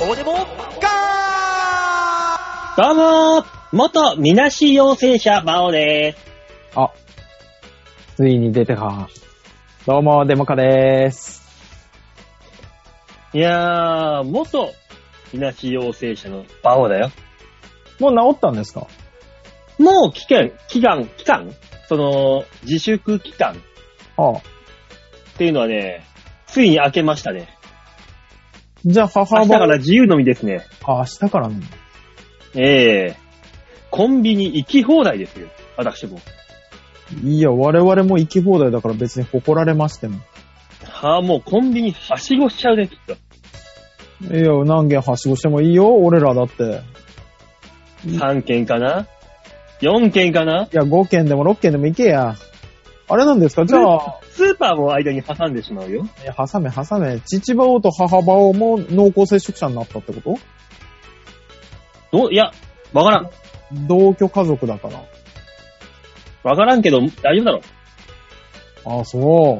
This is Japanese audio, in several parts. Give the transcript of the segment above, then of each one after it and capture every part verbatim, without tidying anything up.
どうでもガー。 どうもー、元みなし陽性者バオでーす。 あ、ついに出てか。どうも、デモカでーす。 いやー、元みなし陽性者のバオだよ。 もう治ったんですか？ もう期間、期間、期間その、自粛期間ああ。 っていうのはね、ついに明けましたね。 じゃあ母明日親から自由のみですね。 あ、明日からなんだ。 ええー、コンビニ行き放題ですよ。私も。 いや、我々も行き放題だから別に誇られましても。 はあ、もうコンビニはしごしちゃうね、きっと。 いや、何軒はしごしてもいいよ、俺らだって。 さんけんかな ?よん 軒かないや、ごけんでもろっけんでも行けや。あれなんですか？じゃあ、 スーパーも間に挟んでしまうよ。 いや挟め挟め。父母王と母母王も濃厚接触者になったってこと？ どういや、わからん。 同居家族だから。 わからんけど、大丈夫だろ。 ああ、そう。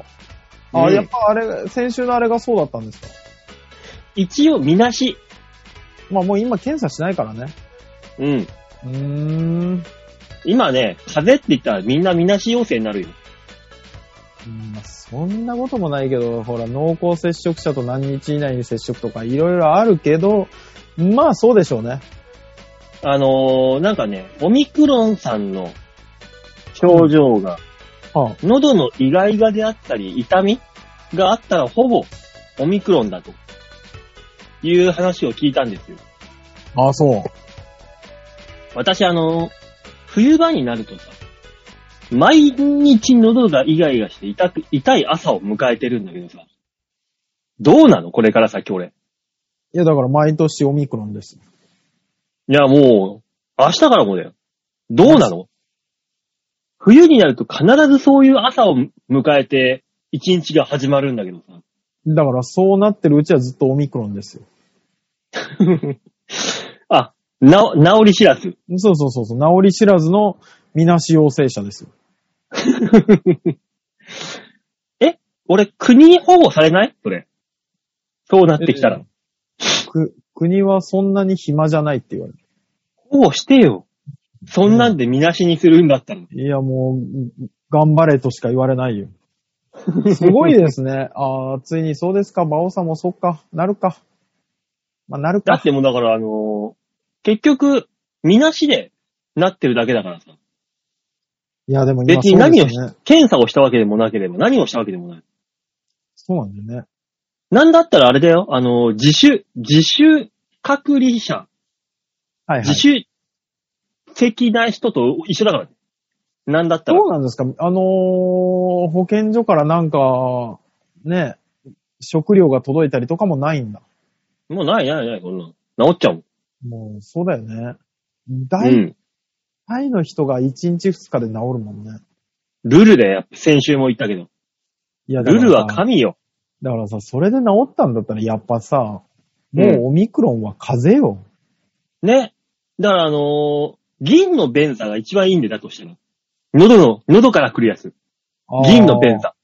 あ、 うんやっぱあれ、先週のあれがそうだったんですか？ 一応、みなし。 まあもう今検査しないからね。 うん。 うーん。 今ね、風邪って言ったらみんなみなし陽性になるよ。 うんまあ、そんなこともないけど、ほら、濃厚接触者と何日以内に接触とかいろいろあるけど、まあそうでしょうね。 あのー、なんかね、オミクロンさんの症状が、 は喉のイガイガであったり、痛みがあったらほぼオミクロンだという話を聞いたんですよ。 あ、あそう。 私あのー、冬場になるとさ、毎日喉がイガイガして痛く、痛い朝を迎えてるんだけどさ、どうなのこれから先俺。 いや、だから毎年オミクロンです。 いや、もう、明日からもだよ。どうなの冬になると必ずそういう朝を迎えて、一日が始まるんだけどさ。 だからそうなってるうちはずっとオミクロンですよ。 あ、な、治り知らず。 そうそうそうそう、治り知らずのみなし陽性者ですよ。 え俺、国に保護されないそれ。そうなってきたら。 く、国はそんなに暇じゃないって言われる。 保護してよ。そんなんでみなしにするんだったら。 いや、もう、頑張れとしか言われないよ。すごいですね。ああ、ついにそうですか。馬王さんもそっか。なるか。まあ、なるか。 だってもうだからあのー、結局、みなしでなってるだけだからさ。 いや、でも今別に何をし、 そうですね。 検査をしたわけでもなければ、何をしたわけでもない。 そうなんだよね。 なんだったらあれだよ、あのー、自主、自主隔離者、 はいはい。 自主的な人と一緒だからね。なんだったら。 そうなんですか。あのー、保健所からなんか、ね、食料が届いたりとかもないんだ。 もうないないない、こんなの。治っちゃうもう、そうだよね。 もん。う大ん。 体の人がいちにちふつかで治るもんね。 ルルで、やっぱ先週も言ったけど。 いや、だからさルルは神よ。 だからさ、それで治ったんだったらやっぱさ、もうオミクロンは風邪よ。 ね。だからあのー、銀の便座が一番いいんでだとしたら。喉の、喉から来るやつ。銀の便座。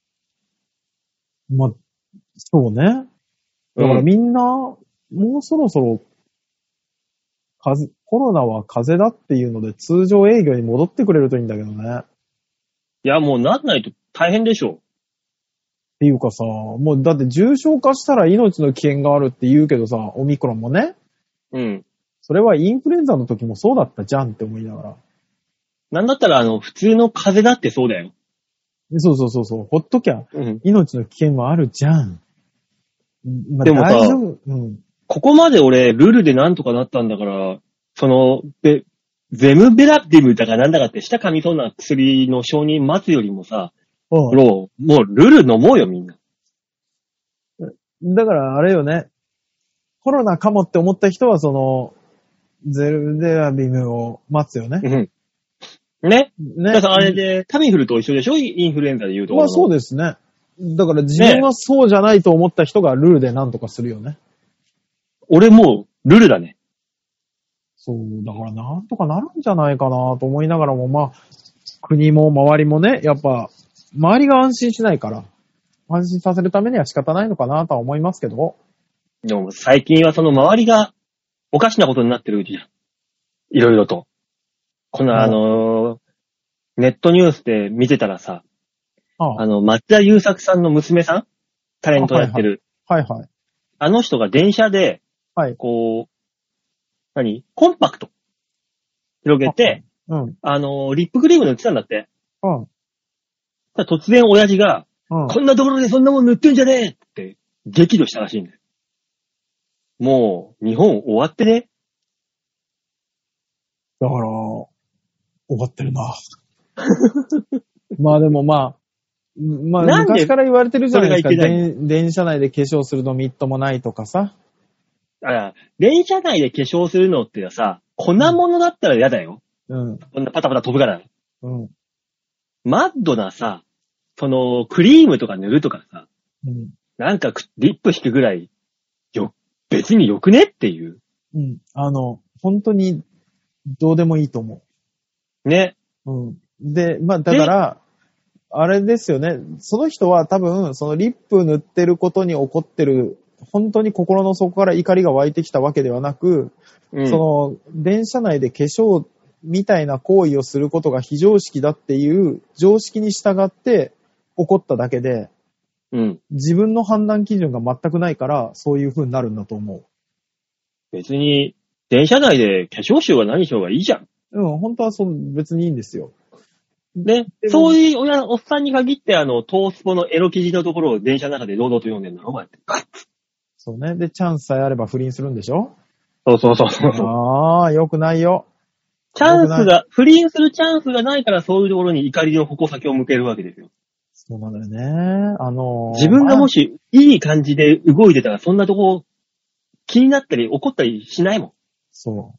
まあ、そうね。だからみんな、もうそろそろ、風邪コロナは風邪だっていうので通常営業に戻ってくれるといいんだけどね。っいや、もうなんないと大変でしょ。 ていうかさ、もうだって重症化したら命の危険があるって言うけどさ、オミクロンもね。 うん。 それはインフルエンザの時もそうだったじゃんって思いながら。 なんだったらあの、普通の風邪だってそうだよ。 そうそうそうそう。ほっときゃうん。 命の危険もあるじゃん。まあ、 でもさ大丈夫。うん。 ここまで俺、ルルでなんとかなったんだから、その、ベ、ゼムベラディムだかなんだかって舌噛みそうな薬の承認待つよりもさ、 うんもう、もうルル飲もうよみんな。 だからあれよね。コロナかもって思った人はその、ゼルデラビムを待つよね。 うん。ね。 ね。 だからあれで、タミフルと一緒でしょインフルエンザで言うと。 まあそうですね。だから自分はそうじゃないと思った人がルールで何とかするよね。 俺もう、ルルだね。 そう、だからなんとかなるんじゃないかなと思いながらも、まあ、国も周りもね、やっぱ、周りが安心しないから、安心させるためには仕方ないのかなとは思いますけど。 でも最近はその周りがおかしなことになってるじゃん。いろいろと。このあのー、ネットニュースで見てたらさ、 あああの、松田優作さんの娘さんタレントやってる。 はいはい。 あの人が電車で、 はい。 こう、何コンパクト。広げて、 うん。 あのー、リップクリーム塗ってたんだって。 うん。 突然親父が、 うん。 こんなところでそんなもん塗ってんじゃねえって激怒したらしいんだよ。もう、日本終わってね。 だから、終わってるな。まあでもまあ、まあなんで昔から言われてるじゃないですか。 それがいけない電電車内で化粧するのみっともないとかさ。 あ、電車内で化粧するのってさ、粉物だったら嫌だよ。 うん。 こんなパタパタ飛ぶから。 うん。 マッドなさ、その、クリームとか塗るとかさ、 うん。 なんかリップ引くぐらい、よ、別によくねっていう。 うん。あの、本当に、どうでもいいと思ね。 う。うん。で、まあだから、あれですよね。その人は多分、そのリップ塗ってることに怒ってる、本当に心の底から怒りが湧いてきたわけではなく、 うん、 その、電車内で化粧みたいな行為をすることが非常識だっていう常識に従って怒っただけで、 うん。 自分の判断基準が全くないから、そういう風になるんだと思う。 別に、電車内で化粧臭は何しようがいいじゃん。 うん、本当はそう別にいいんですよ。 ね。そういう親、おっさんに限って、あの、トースポのエロ記事のところを電車の中で堂々と読んでんのお前って。ガッツそうね。で、チャンスさえあれば不倫するんでしょ？ そうそうそうそう。 ああ、よくないよ。 チャンスが、不倫するチャンスがないからそういうところに怒りの矛先を向けるわけですよ。 そうなんだよね。あのー、 自分がもしいい感じで動いてたらそんなとこ気になったり怒ったりしないもん。 そう。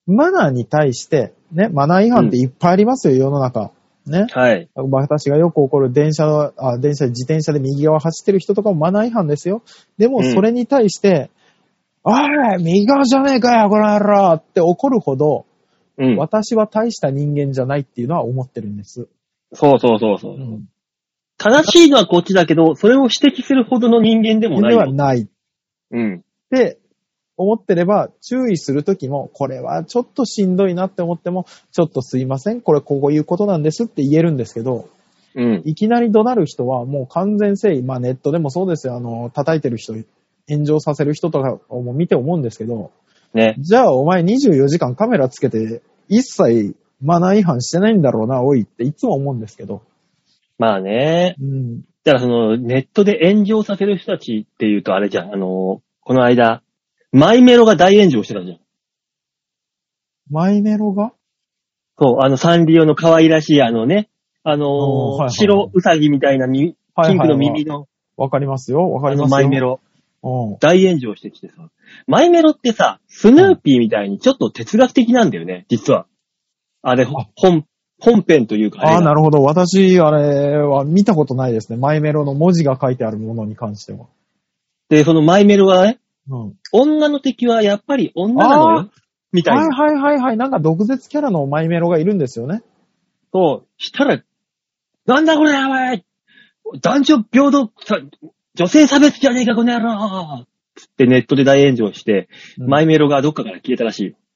マナーに対して、ね、マナー違反っていっぱいありますよ、うん、世の中。ね。 はい。 私がよく起こる電車、あ、電車、自転車で右側走ってる人とかもマナー違反ですよ。でも、それに対して、うん、おい、右側じゃねえかよ、この野郎って怒るほど、うん、私は大した人間じゃないっていうのは思ってるんです。 そうそうそうそう。うん、正しいのはこっちだけど、それを指摘するほどの人間でもない。 ではない。 うん。 で、思ってれば、注意するときも、これはちょっとしんどいなって思っても、ちょっとすいません、これこういうことなんですって言えるんですけど、うん、いきなり怒鳴る人はもう完全誠意、まあネットでもそうですよ、あの、叩いてる人、炎上させる人とかを見て思うんですけど、ね。じゃあお前にじゅうよじかんカメラつけて、一切マナー違反してないんだろうな、おいっていつも思うんですけど。 まあね。うん。だからその、ネットで炎上させる人たちっていうとあれじゃん、あの、この間、マイメロが大炎上してたじゃん。 マイメロが？ そう、あのサンリオの可愛らしいあのね、あのーはいはい、白ウサギみたいなピンクの耳の。わ、 はいはい、かりますよ、わかりますよ。 あのマイメロ。大炎上してきてさ。マイメロってさ、スヌーピーみたいにちょっと哲学的なんだよね、実は。あれ、本、本編というか。 ああ、なるほど。私、あれは見たことないですね。マイメロの文字が書いてあるものに関しては。 で、そのマイメロはね、うん、女の敵はやっぱり女なのよ。みたいな。 はいはいはいはい。なんか毒舌キャラのマイメロがいるんですよね。 そう。したら、なんだこれやばい男女平等、女性差別じゃねえかこの野郎つってネットで大炎上して、うん、マイメロがどっかから消えたらしいよ。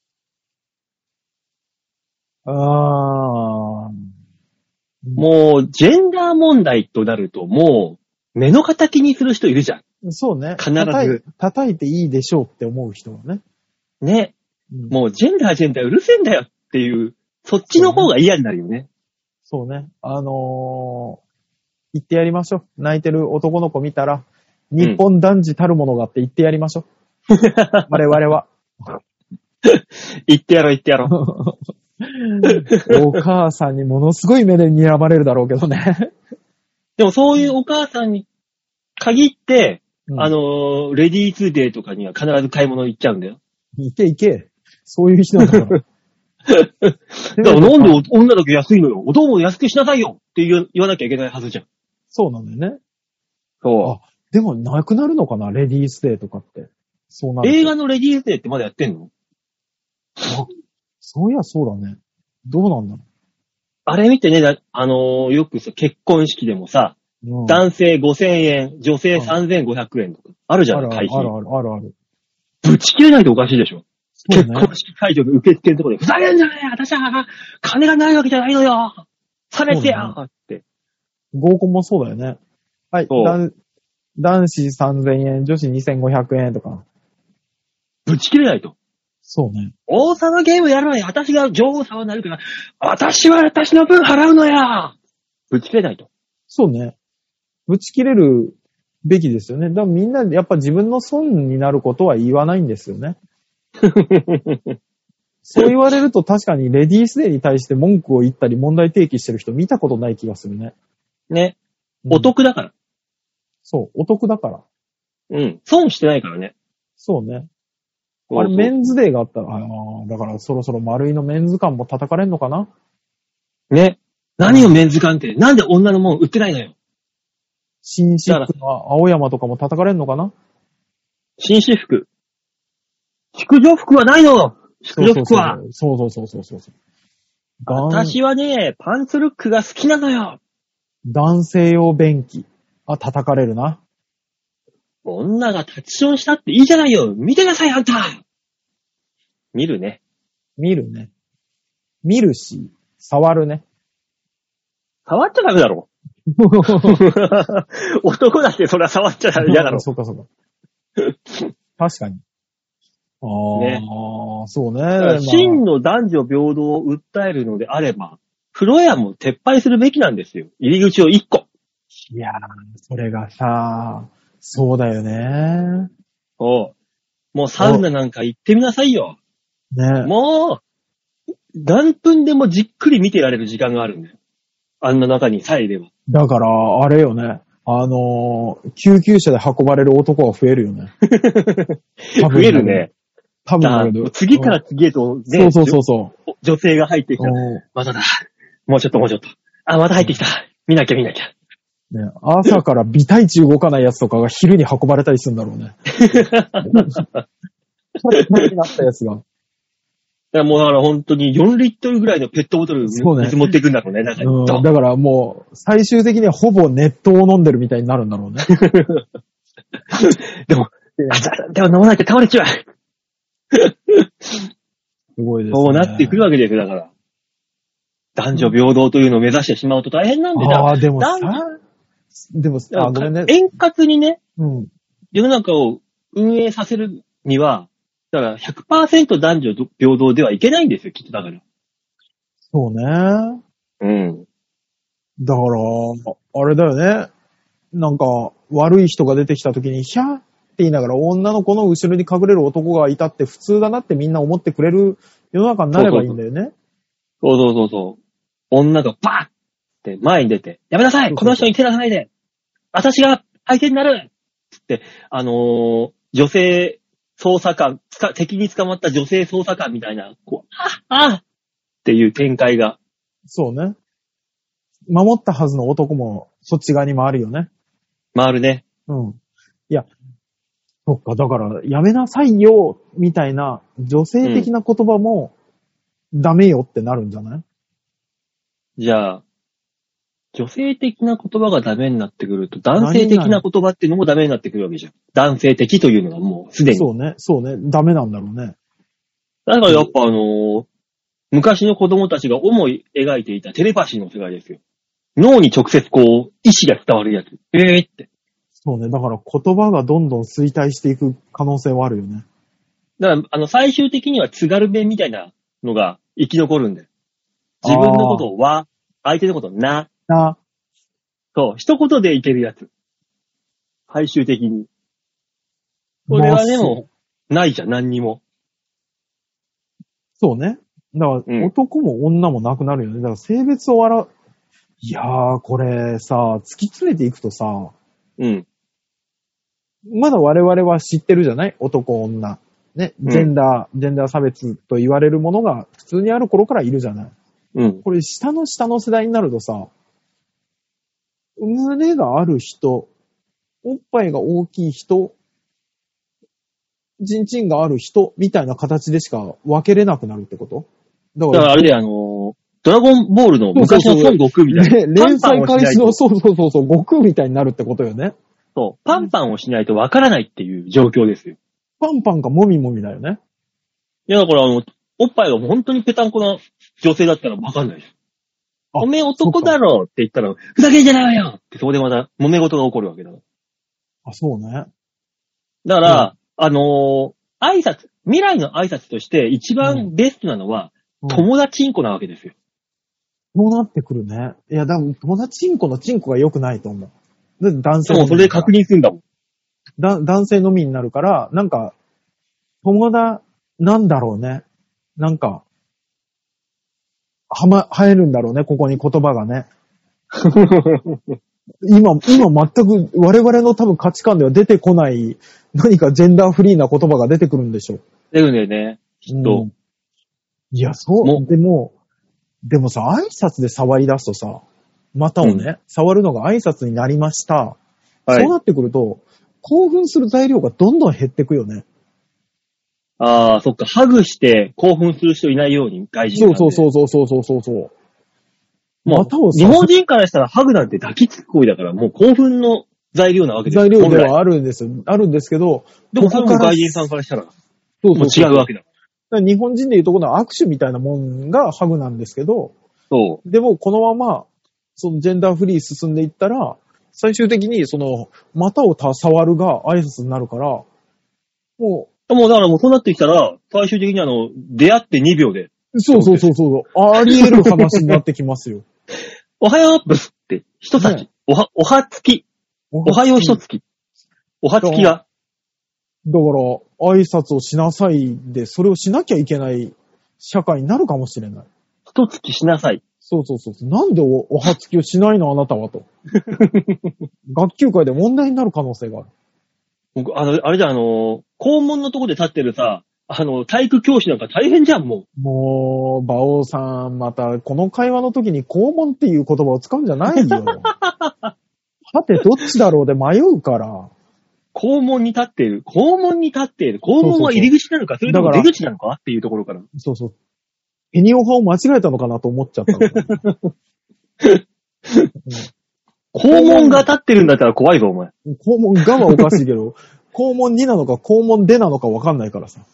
ああ。 もう、ジェンダー問題となると、もう、目の敵にする人いるじゃん。 そうね。 必ず叩い。叩いていいでしょうって思う人はね。 ね。うん、もう、ジェンダージェンダーうるせえんだよっていう、そっちの方が嫌になるよね。 そうね。あのー、言ってやりましょう。泣いてる男の子見たら、日本男児たるものがって言ってやりましょう。うん、我々は。 言ってやろう言ってやろう。 お母さんにものすごい目で睨まれるだろうけどね。 でもそういうお母さんに限って、うん、あの、レディーツデーとかには必ず買い物行っちゃうんだよ。 行け行け。そういう人なんだから。 だからなんで女だけ安いのよ。お供を安くしなさいよって言わなきゃいけないはずじゃん。 そうなんだよね。 そう。 あ、でもなくなるのかなレディースデーとかって。そうなる。 映画のレディースデーってまだやってんの？ あ、そういやそうだね。どうなんだろう。 あれ見てね、あのー、よくさ、結婚式でもさ、 うん、男性ごせんえん、女性さんぜんごひゃくえんとか。あるじゃん、会費。 あるあるあるある。 ぶち切れないとおかしいでしょ。ね、結婚式会場の受付のところで、ふざけんじゃねえ私は金がないわけじゃないのよ冷めてやって。 合コンもそうだよね。はい。男子さんぜんえん、女子にせんごひゃくえんとか。 ぶち切れないと。 そうね。 王様ゲームやるのよ。私が女王様になるから、私は私の分払うのや。ぶち切れないと。 そうね。ぶち切れるべきですよね。だからみんなやっぱ自分の損になることは言わないんですよね。そう言われると確かにレディースデーに対して文句を言ったり問題提起してる人見たことない気がするね。 ね。お得だから。うん、 そう、お得だから。 うん。損してないからね。 そうね。あれ、メンズデーがあったら、ああ、だからそろそろ丸いのメンズ感も叩かれんのかな？ ね。何をメンズ感って、なんで女のもん売ってないのよ。 紳士服の青山とかも叩かれんのかな？ 紳士服。宿女服はないの！宿女服は。 そうそうそうそうそうそう。 私はね、パンツルックが好きなのよ。 男性用便器。あ、叩かれるな。 女がタッチションしたっていいじゃないよ。見てなさい、あんた。見るね。 見るね。見るし、触るね。 触っちゃダメだろ。男だってそれは触っちゃ嫌だろ。 そうかそうか。確かに。ああ、ね、そうね。 真の男女平等を訴えるのであれば、風呂屋も撤廃するべきなんですよ。入り口をいっこ。 いやー、それがさ、そうだよね。 そう。もうサウナなんか行ってみなさいよ。 ね。 もう、何分でもじっくり見てられる時間があるんだよ。あんな中にさえいれば。 だから、あれよね。あのー、救急車で運ばれる男が増えるよね。 増えるね。 多分だけど。 次から次へと、 ね、そうそうそうそう。 女性が入ってきた。まただ。もうちょっともうちょっと。あ、また入ってきた。見なきゃ見なきゃ。 ね、朝から微体値動かないやつとかが昼に運ばれたりするんだろうね。になったやつが。 だからもうだから本当によんリットルぐらいのペットボトル水持っていくんだろうね。だから、 うん、だからもう最終的にはほぼ熱湯を飲んでるみたいになるんだろうね。 でも、でも飲まないと倒れちゃう。 すごいですね。 そうなってくるわけですよ、だから。男女平等というのを目指してしまうと大変なんでだ。 ああ、でもさ、でもさ、ごめんね。 円滑にね、 うん、 世の中を運営させるには、だから ひゃくパーセント 男女平等ではいけないんですよ、きっとだから。 そうね。 うん。 だから、あれだよね。なんか、悪い人が出てきた時に、ヒャーって言いながら女の子の後ろに隠れる男がいたって普通だなってみんな思ってくれる世の中になればいいんだよね。 そうそうそうそう。女がバーって前に出て、やめなさいこの人に手出さないで私が相手になるつって、あのー、女性捜査官、敵に捕まった女性捜査官みたいな、こう、ああっていう展開が。 そうね。守ったはずの男もそっち側に回るよね。 回るね。 うん。いや、そっか、だから、やめなさいよみたいな女性的な言葉も、うん、ダメよってなるんじゃない？ じゃあ、女性的な言葉がダメになってくると、男性的な言葉っていうのもダメになってくるわけじゃん。男性的というのがもうすでに。 そうね、そうね、ダメなんだろうね。 だからやっぱあのー、昔の子供たちが思い描いていたテレパシーの世界ですよ。脳に直接こう、意志が伝わるやつ。えーって。 そうね、だから言葉がどんどん衰退していく可能性はあるよね。 だから、あの、最終的には津軽弁みたいなのが生き残るんで。自分のことをは、相手のことをな。 な。 そう、一言でいけるやつ。最終的に。これはでも、ないじゃん、何にも。 そうね。だから、うん、男も女もなくなるよね。だから性別を笑う。いやー、これさ、突き詰めていくとさ、 うん。 まだ我々は知ってるじゃない？男、女。ね。ジェンダー、うん、ジェンダー差別と言われるものが普通にある頃からいるじゃない？ うん。 これ下の下の世代になるとさ、胸がある人、おっぱいが大きい人、チンチンがある人みたいな形でしか分けれなくなるってこと？ だから、だからあれであの、 ドラゴンボールの昔の孫悟空みたいな。 ね、連載開始の、そうそうそうそう、悟空みたいになるってことよね。 そう。パンパンをしないとわからないっていう状況ですよ。 パンパンかもみもみだよね。 いや、だからあの、おっぱいが本当にペタンコな女性だったらわかんないです。おめえ男だろって言ったら、ふざけんじゃないわよってそこでまた揉め事が起こるわけだ。 あ、そうね。 だから、うん、あのー、挨拶、未来の挨拶として一番ベストなのは、うん、友達んこなわけですよ。 そうなってくるね。いや、だ友達んこのチンコが良くないと思う。男性のみ。 もうそれで確認するんだもん。 だ、男性のみになるから、なんか、友達、なんだろうね。なんか、はま、生えるんだろうね、ここに言葉がね。今、今全く我々の多分価値観では出てこない何かジェンダーフリーな言葉が出てくるんでしょう。 出るんだよね、きっと。 うん、いや、そう、でも、でもさ、挨拶で触り出すとさ、股をね、うん、触るのが挨拶になりました。はい、そうなってくると、興奮する材料がどんどん減ってくよね。 ああ、そっか、ハグして興奮する人いないように、外人。 そうそうそうそうそうそうそう。 もう、日本人からしたらハグなんて抱きつく行為だから、もう興奮の材料なわけですよ。 材料ではあるんですよ。あるんですけど、 でもここから外人さんからしたら、そうそうそうもう違うわけだ。だから日本人でいうとこの握手みたいなもんがハグなんですけど、 そう。 でもこのまま、そのジェンダーフリー進んでいったら、最終的にその、股を触るが挨拶になるから、もう、 もうだからもうそうなってきたら、最終的にあの、出会ってにびょうで。 そうそうそうそう。あり得る話になってきますよ。 おはようブスって、一つき、ね、おは、おはつき。おはよう一つき。おはつきが。 だから、挨拶をしなさいで、それをしなきゃいけない社会になるかもしれない。 一つきしなさい。 そうそうそう。なんで お, おはつきをしないのあなたはと。学級会で問題になる可能性がある。 僕、あの、あれじゃあの、校門のとこで立ってるさ、あの、体育教師なんか大変じゃん、もう。もう、馬王さん、また、この会話の時に校門っていう言葉を使うんじゃないよ。はて、どっちだろうで迷うから。 校門に立っている。校門に立っている。校門は入り口なのか、それとも出口なのかっていうところから。 そうそう。ペニオ派を間違えたのかなと思っちゃったの。 校門が立ってるんだったら怖いぞ、お前。 校門がはおかしいけど、校門になのか校門でなのかわかんないからさ。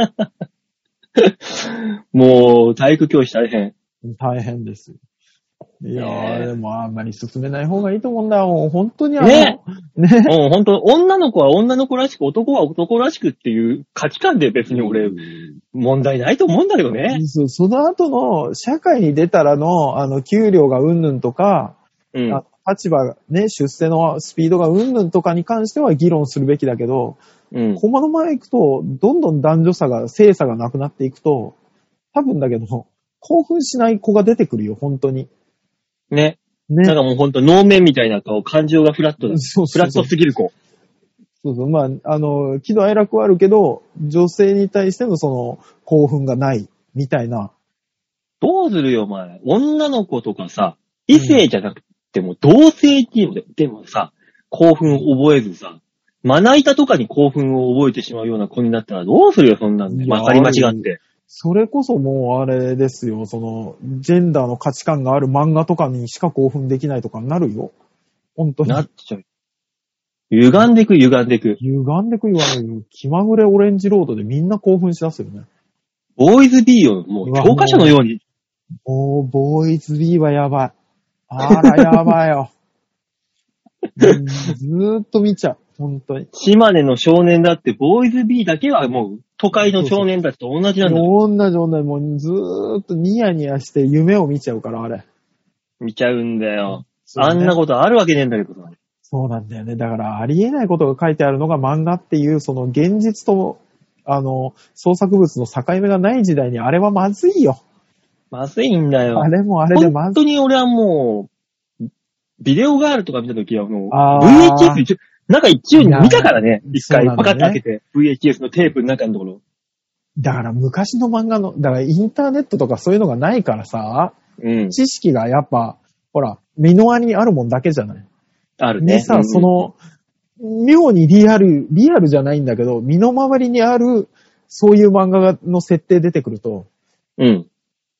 もう、体育教師大変。 大変です。いやー、でもあんまり進めない方がいいと思うんだよ。本当にあの、 ね。ね。もう本当、女の子は女の子らしく、男は男らしくっていう価値観で別に俺、問題ないと思うんだけどね。 そう、その後の、社会に出たらの、あの、給料がうんぬんとか、うん、立場、ね、出世のスピードがうんぬんとかに関しては議論するべきだけど、うん、このまま行くと、どんどん男女差が、性差がなくなっていくと、多分だけど、興奮しない子が出てくるよ、本当に。 ね。ね。なんかもうほんと能面みたいな顔、感情がフラットだ。 そうそうそう。 フラットすぎる子。 そうそう。まあ、あの、喜怒哀楽はあるけど、女性に対してのその、興奮がない、みたいな。 どうするよ、お前。女の子とかさ、異性じゃなくても、同性っていうので、でもさ、興奮を覚えずさ、まな板とかに興奮を覚えてしまうような子になったらどうするよ、そんなんで。まかり間違って。 それこそもうあれですよ、その、ジェンダーの価値観がある漫画とかにしか興奮できないとかになるよ。本当に。 なっちゃう。歪んでく、歪んでく。 歪んでく言わないよ。気まぐれオレンジロードでみんな興奮しだすよね。 ボーイズ B をもう教科書のように。 もう、ボーイズ B はやばい。あら、やばいよ。ずーっと見ちゃう。本当に。 島根の少年だって、ボーイズ B だけはもう、都会の少年たちと同じなんだ。 同じ同じ。もうずーっとニヤニヤして夢を見ちゃうから、あれ。 見ちゃうんだよ。ね、あんなことあるわけねえんだけどさ。 そうなんだよね。だからありえないことが書いてあるのが漫画っていう、その現実と、あの、創作物の境目がない時代にあれはまずいよ。 まずいんだよ。 あれもあれでまずい。 本当に俺はもう、ビデオガールとか見たときはもう、ブイエイチエス、なんか一応見たからね。一回パカッと開けて、ブイエイチエス のテープの中のところ。 だから昔の漫画の、だからインターネットとかそういうのがないからさ、うん、知識がやっぱ、ほら、身の回りにあるもんだけじゃない。 あるね。 でさ、うん、その、妙にリアル、リアルじゃないんだけど、身の回りにある、そういう漫画の設定出てくると、 うん。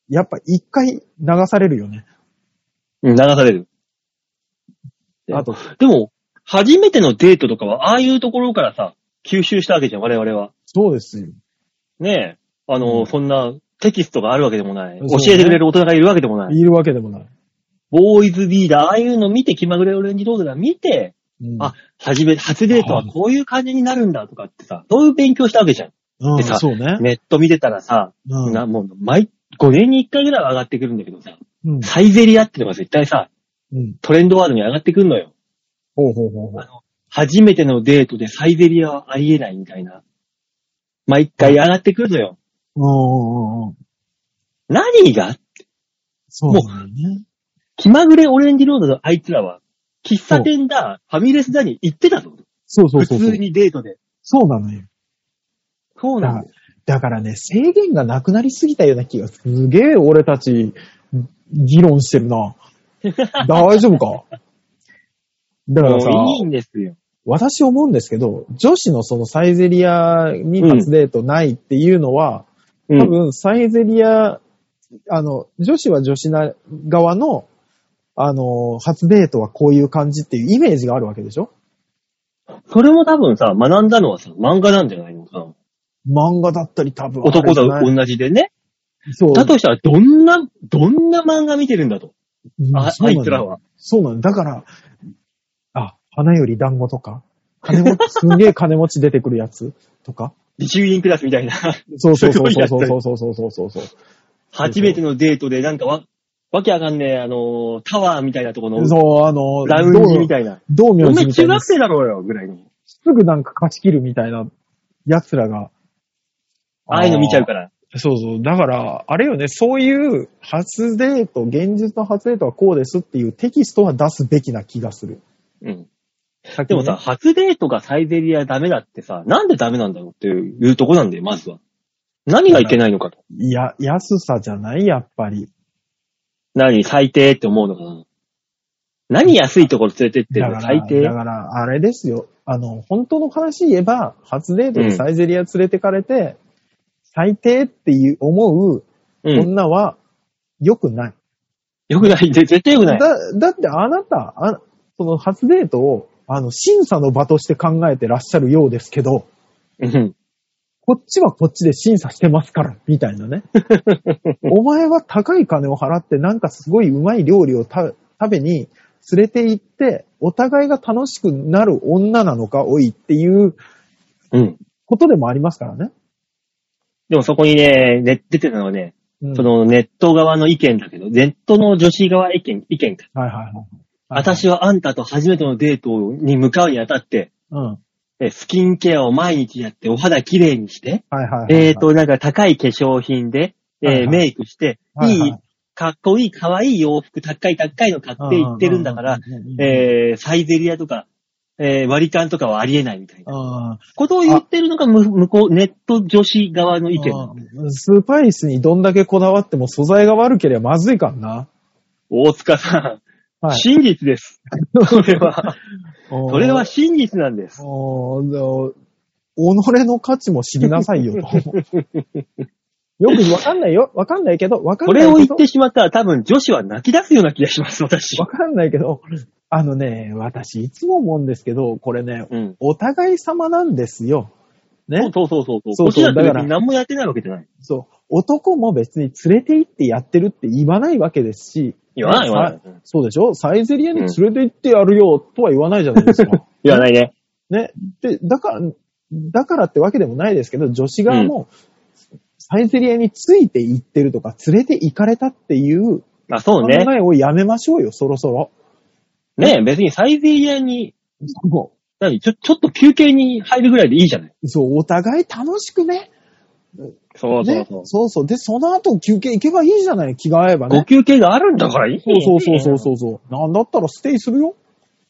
やっぱ一回流されるよね。 うん、流される。 あと、 でも、初めてのデートとかは、ああいうところからさ、吸収したわけじゃん、我々は。 そうですよ。 ねえ。あの、 うん、 そんなテキストがあるわけでもない。 ね、 教えてくれる大人がいるわけでもない。 いるわけでもない。 ボーイズリーダー、ああいうの見て、気まぐれオレンジロードが見て、うん、あ、初め、初デートはこういう感じになるんだとかってさ、そういう勉強したわけじゃん。 うん、 でさ、 そうね、 ネット見てたらさ、うん、なもう毎ごねんにいっかいぐらいは上がってくるんだけどさ、うん、サイゼリアってのが絶対さ、うん、トレンドワードに上がってくるのよ。 ほうほうほうほう。 あの、初めてのデートでサイゼリアはありえないみたいな。毎回上がってくるのよ。 うん、 何がそうだね。もう、 気まぐれオレンジロードのあいつらは、喫茶店だ、ファミレスだに行ってたぞ。 そうそうそう。 普通にデートで。 そうなのよ。 そうなのよ。 だからね、制限がなくなりすぎたような気がすげえ俺たち、議論してるな。大丈夫かだからさ、 いいんですよ。 私思うんですけど、女子のそのサイゼリアに初デートないっていうのは、うん、多分サイゼリア、あの、女子は女子な側の、あの、初デートはこういう感じっていうイメージがあるわけでしょ？ それも多分さ、学んだのはさ、漫画なんじゃないのかな？ 漫画だったり多分。 男と同じでね。そう。だとしたら、どんな、どんな漫画見てるんだと。うん、あ, あいつらは。 そうなの。だから、あ、花より団子とか、金持ち、すんげえ金持ち出てくるやつとか。 リシューインクラスみたいな。 そうそうそうそうそうそうそうそうそうそう。 初めてのデートでなんかわ、わけわかんねえ、あの、タワーみたいなところの。 そう、あの、 ラウンジみたいな。 道明寺みたいな。 お前中学生だろうよ、ぐらいの。 すぐなんか貸し切るみたいな奴らが。 ああいうの見ちゃうから。 そうそう。だから、あれよね、そういう初デート、現実の初デートはこうですっていうテキストは出すべきな気がする。 うん。ね、でもさ、初デートがサイゼリアダメだってさ、なんでダメなんだろうっていうとこなんだよ、まずは。何がいけないのかと。 いや、安さじゃない、やっぱり。 何、最低って思うのかな。何安いところ連れてってるの最低。 だから、あれですよ。あの、本当の話言えば、初デートでサイゼリア連れてかれて、うん、最低っていう思う女は良くない。 良、うん、くない。絶対良くない。 だ、だってあなた、あその初デートを、あの、審査の場として考えてらっしゃるようですけど、 うん。 こっちはこっちで審査してますから、みたいなね。お前は高い金を払ってなんかすごいうまい料理をた食べに連れて行って、お互いが楽しくなる女なのか、おいっていうことでもありますからね。 でもそこにね、ね出てたのはね、うん、そのネット側の意見だけど、ネットの女子側意見、意見か。 はいはいはい。 私はあんたと初めてのデートに向かうにあたって、うんスキンケアを毎日やってお肌きれいにして、はいはいはいはい、えっ、ー、と、なんか高い化粧品で、えーはいはい、メイクして、はいはい、いい、かっこいい、かわいい洋服、高い高いの買っていってるんだから、えー、サイゼリアとか、えー、割り勘とかはありえないみたいな。ことを言ってるのが向こう、ネット女子側の意見なんです。 スパイスにどんだけこだわっても素材が悪ければまずいからな。 大塚さん。はい、真実です。それは。それは真実なんです。 お己の価値も知りなさいよと。よくわかんないよ。わかんないけど、わかんないけど。 これを言ってしまったら多分女子は泣き出すような気がします、私。 わかんないけど、あのね、私いつも思うんですけど、これね、うん、お互い様なんですよ。ね。 そうそうそうそう。そうそう。だから何もやってないわけじゃない。 そう。男も別に連れて行ってやってるって言わないわけですし、 言わない言わない。 そうでしょ？サイゼリアに連れて行ってやるよとは言わないじゃないですか。 言わないね。 ね。で、だから、だからってわけでもないですけど、女子側も、サイゼリアについて行ってるとか、連れて行かれたっていう、 あ、そうね。 考えをやめましょうよ、そろそろ。 ねえ、別にサイゼリアに、そう。何ちょ、ちょっと休憩に入るぐらいでいいじゃない？ そう、お互い楽しくね。 そうそうそう、 ね。そうそう。で、その後休憩行けばいいじゃない、気が合えばね。 ご休憩があるんだからいい。 そうそうそうそうそう。なんだったらステイするよ。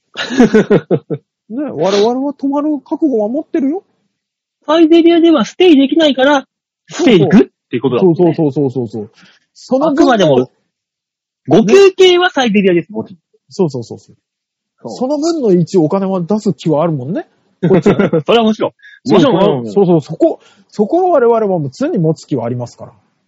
ね、我々は泊まる覚悟は持ってるよ。 サイゼリアではステイできないから、ステイ行くっていうことだもんね。 そうそうそうそうそう。そのあくまでも、ご休憩はサイゼリアです。もちろん。 そうそうそうそう。その分の一応お金は出す気はあるもんね。こっちはそれはもちろん。 もちろん。そうそう、そこ、そこは我々はもう常に持つ気はありますから。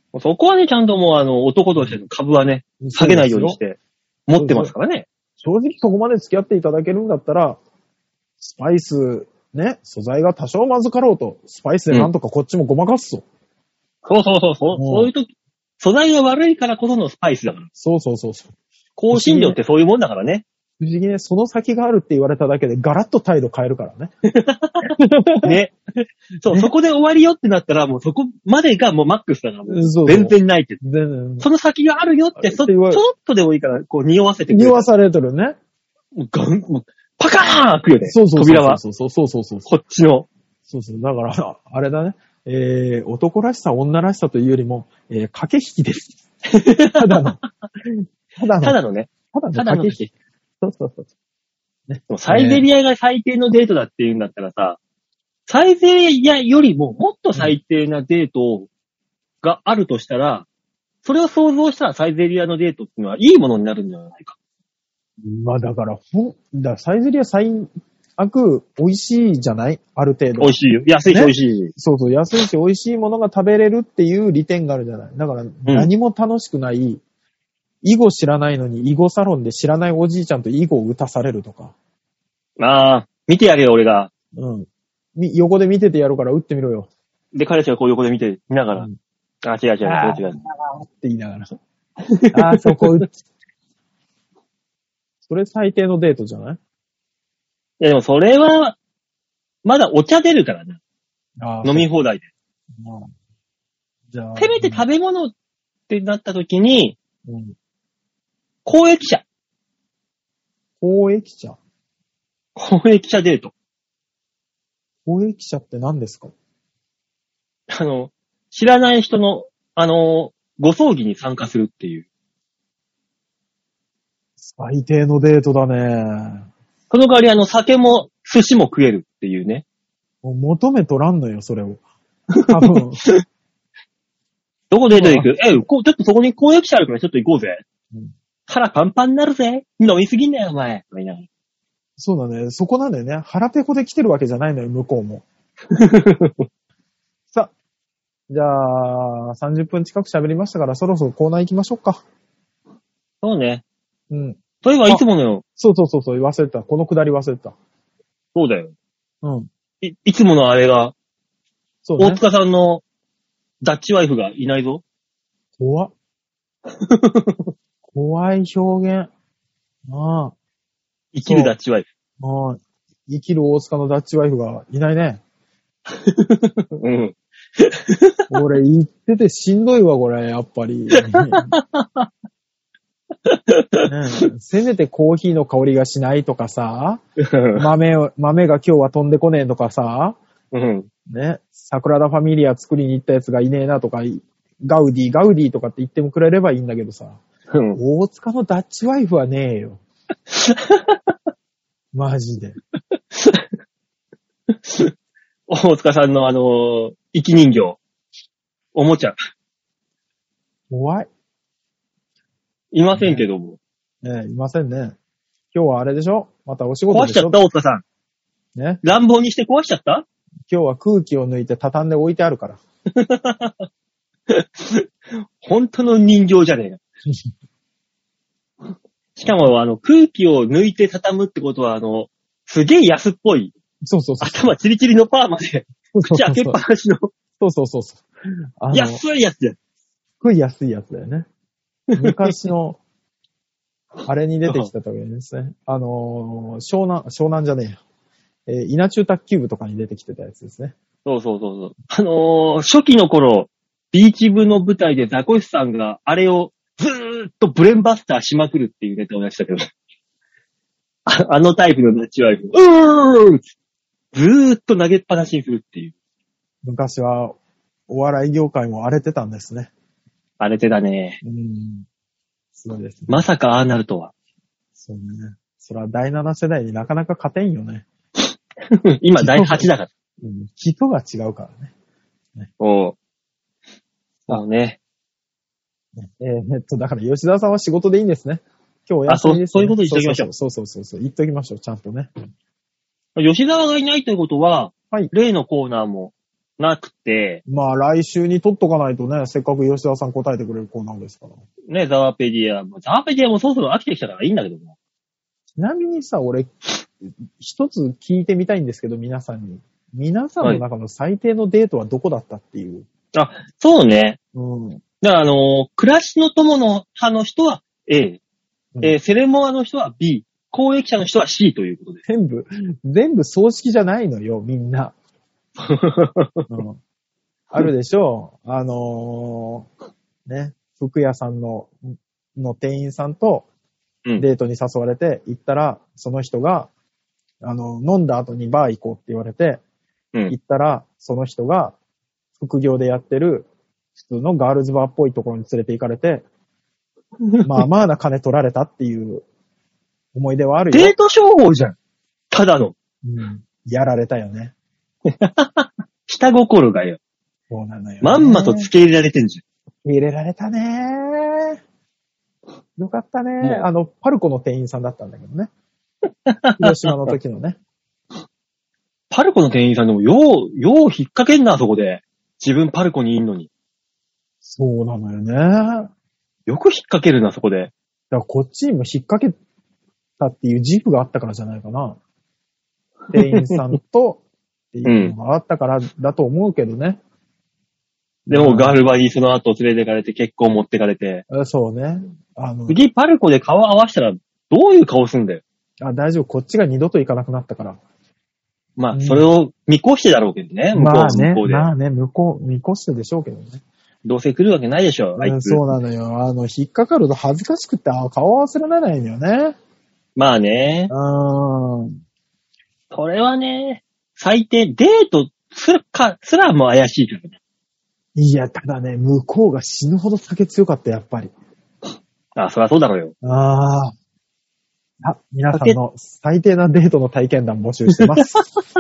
そこはね、ちゃんともうあの、男としての株はね、下げないようにして、持ってますからね。 正直そこまで付き合っていただけるんだったら、スパイス、ね、素材が多少まずかろうと、スパイスでなんとかこっちもごまかすぞ。 うん、そうそうそうそう、うん。そういう時、素材が悪いからこそのスパイスだから。 そうそうそうそう。 香辛料ってそういうもんだからね。 不思議ね、その先があるって言われただけでガラッと態度変えるからね。 ね。そう、ね、そこで終わりよってなったら、もうそこまでがもうマックスだから、もうそうそう全然ないって。その先があるよって、そ、ちょっとでもいいから、こう匂わせてくれる。 匂わされてるね。 もうガン、もうパカーン開くよね。 そうそうそう。 扉は。 そうそうそうそうそう。 こっちの。 そうそう。だから、あれだね。えー、男らしさ、女らしさというよりも、えー、駆け引きです。ただの。ただの。 ただのね。 ただの駆け引き。そうそうそう。 ね、でもサイゼリアが最低のデートだって言うんだったらさ、サイゼリアよりももっと最低なデートがあるとしたら、それを想像したらサイゼリアのデートっていうのはいいものになるんじゃないか。 まあだから、ほん、だからサイゼリア最悪美味しいじゃないある程度。 美味しいよ。安いし美味しい、ね。 そうそう、安いし美味しいものが食べれるっていう利点があるじゃない。だから何も楽しくない、うん囲碁知らないのに囲碁サロンで知らないおじいちゃんと囲碁を打たされるとか。 ああ、見てやれよ、俺が。 うん。横で見ててやるから打ってみろよ。 で、彼氏がこう横で見て、見ながら。うん、あ、違う違う違う違う。あーって言いながら。ああ、そこ打つ。それ最低のデートじゃない？いやでもそれは、まだお茶出るからね。あ飲み放題で。まあ、じゃあ。せめて食べ物ってなった時に、うん、公益者。 公益者公益者デート。 公益者って何ですか？ あの、知らない人の、あの、ご葬儀に参加するっていう。 最低のデートだね。 この代わりあの、酒も寿司も食えるっていうね。 もう求めとらんのよ、それを。多分。 どこデート行く？え、こう、ちょっとそこに公益者あるからちょっと行こうぜ。うん、腹パンパンになるぜ。飲みすぎんなよ、お前。 そうだね。そこなんだよね。腹ペコで来てるわけじゃないのよ、向こうも。さあ、じゃあ、さんじゅっぷん近く喋りましたから、そろそろコーナー行きましょうか。 そうね。 うん。 そういえばいつものよ。 そうそうそうそう、忘れた。このくだり忘れた。 そうだよ。 うん。 い、いつものあれが、 そうね。 大塚さんのダッチワイフがいないぞ。 怖っ。怖い表現。ああ。 生きるダッチワイフ。 ああ。生きる大塚のダッチワイフがいないね。 うん。 俺言っててしんどいわ、これ、やっぱり。ね、せめてコーヒーの香りがしないとかさ、豆を、豆が今日は飛んでこねえとかさ、 うん、 ね、サグラダ・ファミリア作りに行ったやつがいねえなとか、ガウディ、ガウディとかって言ってもくれればいいんだけどさ、うん、大塚のダッチワイフはねえよ。マジで。 大塚さんのあのー、生き人形、おもちゃ。 怖い。 いませんけども。 ねえ、いませんね。今日はあれでしょ？またお仕事でしょ？ 壊しちゃった大塚さん。 ね。 乱暴にして壊しちゃった？ 今日は空気を抜いて畳んで置いてあるから。 本当の人形じゃねえか。しかも、あの、空気を抜いて畳むってことは、あの、すげえ安っぽい。 そうそうそう。 頭チリチリのパーマで、口開けっぱなしの。 そうそうそうそう。 安いやつだよ。 すごい安いやつだよね。昔の、あれに出てきた時ですね。あのー、湘南、湘南じゃねえよ。えー、稲中卓球部とかに出てきてたやつですね。 そうそうそうそう。あのー、初期の頃、ビーチ部の舞台でザコシさんがあれをずーっとブレンバスターしまくるっていうネタをやってたけど。あ, あのタイプのダッチワイフ。うーんずーっと投げっぱなしにするっていう。 昔は、お笑い業界も荒れてたんですね。 荒れてたね。 うん。すごいですね。 まさかああなるとは。 そうね。それはだいなな世代になかなか勝てんよね。 今だいはちだから。 うん。人が違うからね。 ねおう。そうね。 えー、えっと、だから吉沢さんは仕事でいいんですね。今日お休みですね。 あ、そう、そういうこと言っておきましょう。 そうそうそうそう。言っておきましょう、ちゃんとね。 吉沢がいないということは、 はい。 例のコーナーもなくて。 まあ来週に撮っとかないとね、せっかく吉田さん答えてくれるコーナーですから。 ね、ザワペディア。ザワペディアもそろそろ飽きてきたからいいんだけども。 ちなみにさ、俺、一つ聞いてみたいんですけど、皆さんに。皆さんの中の最低のデートはどこだったっていう。 はい、あ、そうね。 うん。 だからあのー、暮らしの友の派の人は A、うん、えー、セレモアの人は B、公益者の人は C ということで。 全部、全部葬式じゃないのよ、みんな。うん、あるでしょう。あのー、ね、服屋さんの、の店員さんとデートに誘われて行ったら、その人が、あの、飲んだ後にバー行こうって言われて、うん、行ったら、その人が副業でやってる普通のガールズバーっぽいところに連れて行かれて、まあまあな金取られたっていう思い出はあるよ。 デート商法じゃん。ただの。 うん。やられたよね。 下心がよ。 そうなのよ、ね。 まんまと付け入れられてんじゃん。入れられたねー。よかったねー。あの、パルコの店員さんだったんだけどね。広島の時のね。 パルコの店員さんでもよう、よう引っ掛けんな、そこで。自分パルコにいんのに。 そうなのよね。 よく引っ掛けるな、そこで。 だからこっちにも引っ掛けたっていう自負があったからじゃないかな。店員さんとっていうのがあったからだと思うけどね。 うん、でもガールバにその後連れてかれて結婚持ってかれて。 そうね。あの次パルコで顔合わせたらどういう顔すんだよ。 あ、大丈夫。こっちが二度と行かなくなったから。 まあ、うん、それを見越してだろうけどね。向こうまあね、 向こうで。 まあね、向こう、見越してでしょうけどね。 どうせ来るわけないでしょ、あいつ。 そうなのよ。あの、引っかかると恥ずかしくて顔合わせられないんだよね。 まあね。 うーん。 それはね、最低、デートするか、すらも怪しいからね。 いや、ただね、向こうが死ぬほど酒強かった、やっぱり。 あ、そりゃそうだろうよ。 ああ。あ、皆さんの最低なデートの体験談募集してます。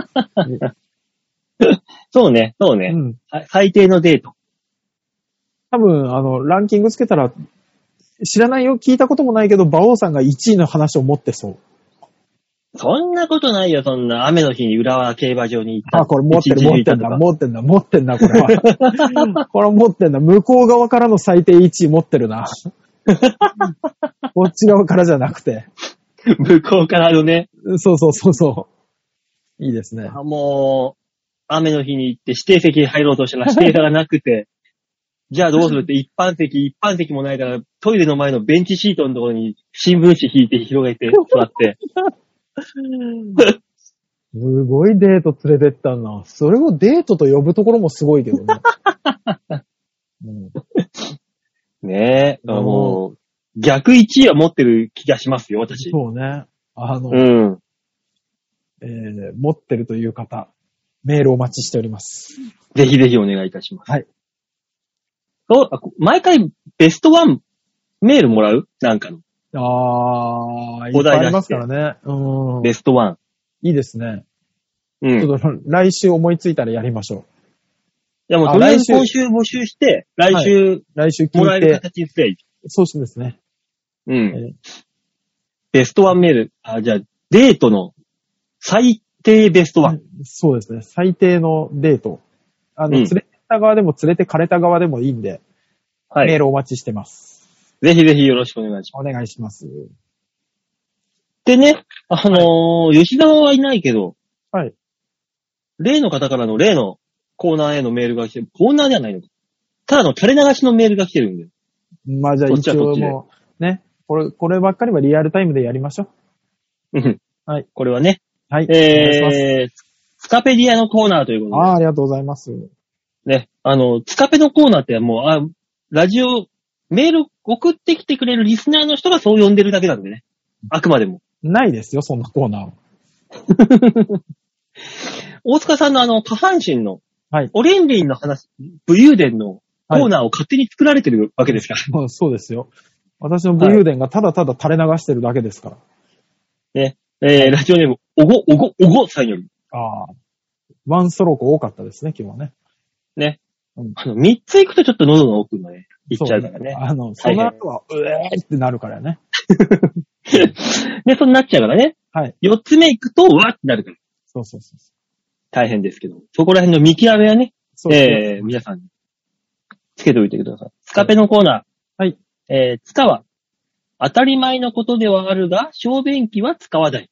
そうね、そうね、うん。最低のデート。 多分、あの、ランキングつけたら、知らないよ、聞いたこともないけど、馬王さんがいちいの話を持ってそう。 そんなことないよ、そんな。雨の日に浦和競馬場に行った。 あ、これ持ってる、持ってんだ、持ってんだ、持ってんだ、これは。これ持ってんだ。向こう側からの最低いちい持ってるな。こっち側からじゃなくて。 向こうからのね。 そうそうそうそう。いいですね。 あ、もう、雨の日に行って指定席に入ろうとしたら指定差がなくて、じゃあどうするって一般席、一般席もないからトイレの前のベンチシートのところに新聞紙引いて広げて座って。 すごいデート連れてったな。それをデートと呼ぶところもすごいけどね。うん、 ねえ、もう、逆いちいは持ってる気がしますよ、私。 そうね。あの、 うん。 えー、持ってるという方、メールお待ちしております。 ぜひぜひお願いいたします。 はい。 そう毎回ベストワンメールもらうなんかの。 あー、いっぱいありますからね。うん。 ベストワン。 いいですね。 うん。 ちょっと来週思いついたらやりましょう。 いやもうとりあえず今週募集して、来週、はい、 来週聞いてもらえる形にすればいい。 そうしですね。 うん、えー。ベストワンメール。あ、じゃあ、デートの最低ベストワン。 そうですね。最低のデート。あの、うん、連れてった側でも連れてかれた側でもいいんで、はい、メールお待ちしてます。 ぜひぜひよろしくお願いします。 お願いします。 でね、あのーはい、吉沢はいないけど、 はい。 例の方からの例のコーナーへのメールが来てる。コーナーではないのか。ただの垂れ流しのメールが来てるんで。 まあじゃあ一応もう、ね、これ、こればっかりはリアルタイムでやりましょう。うん。はい。これはね。 はい。 えー、スカペディアのコーナーということで。 ああ、ありがとうございます。 ね。あの、スカペのコーナーってもう、あ、ラジオ、メール送ってきてくれるリスナーの人がそう呼んでるだけなんでね。あくまでも。 ないですよ、そんなコーナー。大塚さんのあの、下半身の、 はい。 オレンリンの話、武勇伝のコーナーを勝手に作られてるわけですから。 はい、そうですよ。私の武勇伝がただただ垂れ流してるだけですから。 ね。えー、ラジオネーム、おご、おご、おごさんより。 ああ。ワンストローク多かったですね、今日はね。 ね。うん、あの、三つ行くとちょっと喉の奥まで行っちゃうからね。 ねあの、その後は、うえーってなるからね。 で、そうなっちゃうからね。 はい。 四つ目行くと、うわってなるから。 そうそうそう。 大変ですけど。そこら辺の見極めはね。 そうですね。 えー、皆さん、つけておいてください。スカペのコーナー。 はい。 えー、つかは、当たり前のことではあるが、小便器は使わない。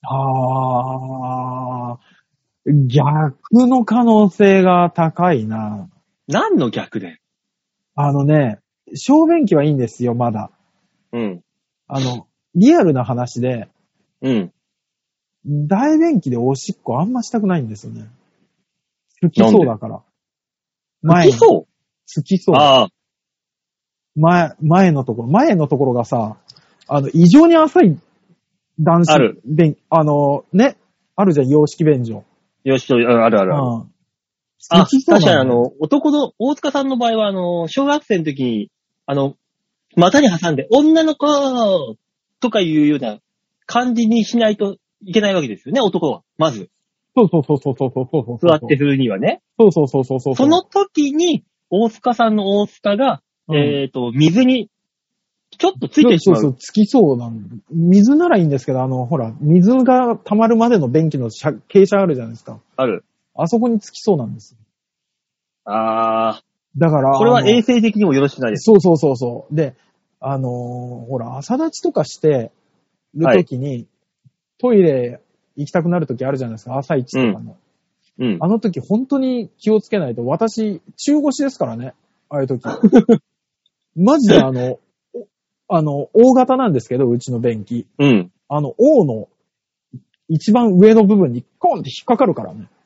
あー、逆の可能性が高いな。 何の逆で？ あのね、小便器はいいんですよ、まだ。 うん。 あの、リアルな話で、 うん。 大便器でおしっこあんましたくないんですよね。好きそうだから。 好きそう？ 好きそう。 ああ。 前、前のところ、前のところがさ、あの、異常に浅い男子ある。 便、あの、ね、あるじゃん、洋式便所。 よし、あるあるある。 うん。 あ、確かにあの、男の、大塚さんの場合はあの、小学生の時に、あの、股に挟んで、女の子とかいうような感じにしないといけないわけですよね、男は。まず。 そうそうそうそうそうそうそう。 座ってするにはね。 そうそうそうそうそう。 その時に、大塚さんの大塚が、うん、えっと、水に、ちょっとついてしまう。 そうそう、つきそうなの。水ならいいんですけど、あの、ほら、水が溜まるまでの便器の傾斜あるじゃないですか。 ある。 あそこにつきそうなんです。 あー。 だから、 これは衛生的にもよろしくないです。 そうそうそうそう。で、あのー、ほら、朝立ちとかしてる時に、はい、トイレ行きたくなる時あるじゃないですか、朝一とかの。うん。うん、あの時本当に気をつけないと、私、中腰ですからね、ああいう時。マジであの、あの、大型なんですけど、うちの便器。 うん。 あの、O の一番上の部分にコンって引っかかるからね。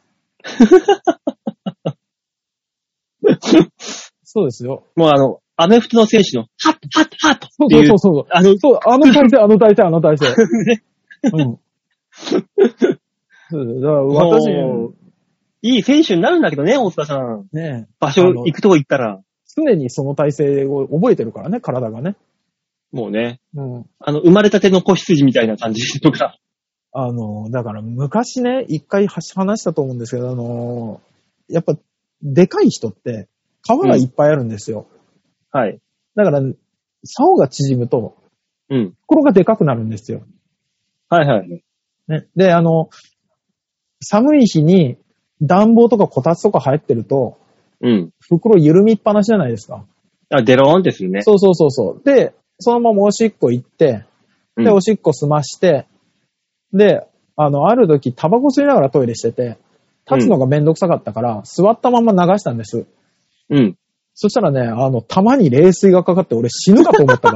そうですよ。 もうあの、アメフトの選手の、ハッハッハッとっていう。 そうそうそうそう。あの、そう、あの体勢、あの体勢、あの体勢。うん。そうだから私、 いい選手になるんだけどね、大塚さん。ねえ。場所行くとこ行ったら。 常にその体勢を覚えてるからね、体がね。 もうね。うん。あの、生まれたての子羊みたいな感じとか。 あの、だから昔ね、一回話したと思うんですけど、あの、やっぱ、でかい人って、皮がいっぱいあるんですよ。 うん、はい。 だから、竿が縮むと、うん。袋がでかくなるんですよ。 はいはい。 ね。で、あの、寒い日に暖房とかこたつとか入ってると、うん。袋緩みっぱなしじゃないですか。 あ、デローンですね。 そうそうそうそう。で、そのままおしっこ行って、で、うん、おしっこ済まして、で、あの、ある時タバコ吸いながらトイレしてて、立つのがめんどくさかったから、うん、座ったまま流したんです。うん。そしたらね、あの、玉に冷水がかかって俺死ぬかと思ったから。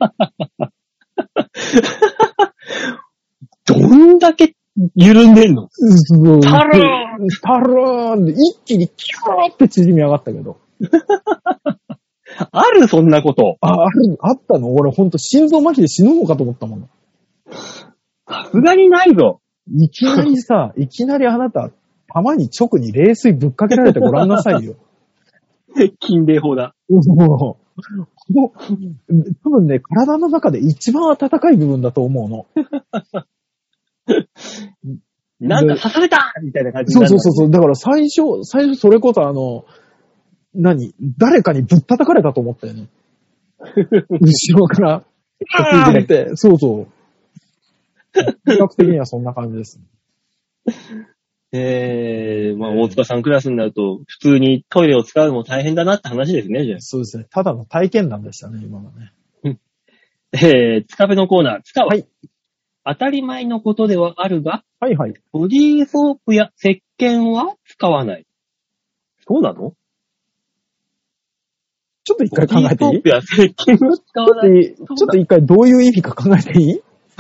どんだけ緩んでんの？ タルーンタルーンで一気にキューって縮み上がったけど。 あるそんなこと。 あ、ある、あったの？俺ほんと心臓麻痺で死ぬのかと思ったもん。 さすがにないぞ。 いきなりさ、いきなりあなた、玉に直に冷水ぶっかけられてごらんなさいよ。 禁冷法だ。 もう、多分ね、体の中で一番暖かい部分だと思うの。 なんか刺されたみたいな感じになる。そうそうそう。だから最初、最初それこそあの、何誰かにぶったたかれたと思ったよね。後ろから。そうそう。比較的にはそんな感じです。 えー、まあ、大塚さんクラスになると、普通にトイレを使うのも大変だなって話ですね、じゃあ。 そうですね。ただの体験談でしたね、今のね。 えー、つかべのコーナー、つかは。はい。当たり前のことではあるが、 はいはい。 ボディーソープや石鹸は使わない。そうなの？ ちょっと一回考えていい？ ボディーソープや石鹸は使わない。 ちょっと一回どういう意味か考えていい？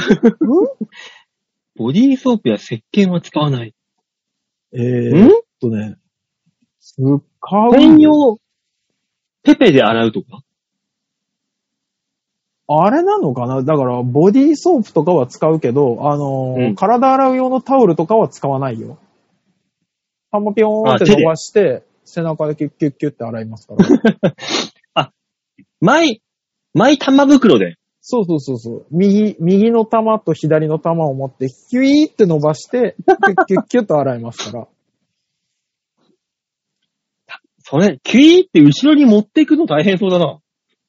ボディーソープや石鹸は使わない。 えーっとね。使う。 専用、ペペで洗うとか？ あれなのかな？だから、ボディーソープとかは使うけど、あのーうん、体洗う用のタオルとかは使わないよ。ハンマピョーンって伸ばして、背中でキュッキュッキュッって洗いますから。 あ、マイ、マイ玉袋で。 そうそうそうそう。右、右の玉と左の玉を持って、キュイーって伸ばして、キュッキュッキュッと洗いますから。 それ、キュイーって後ろに持っていくの大変そうだな。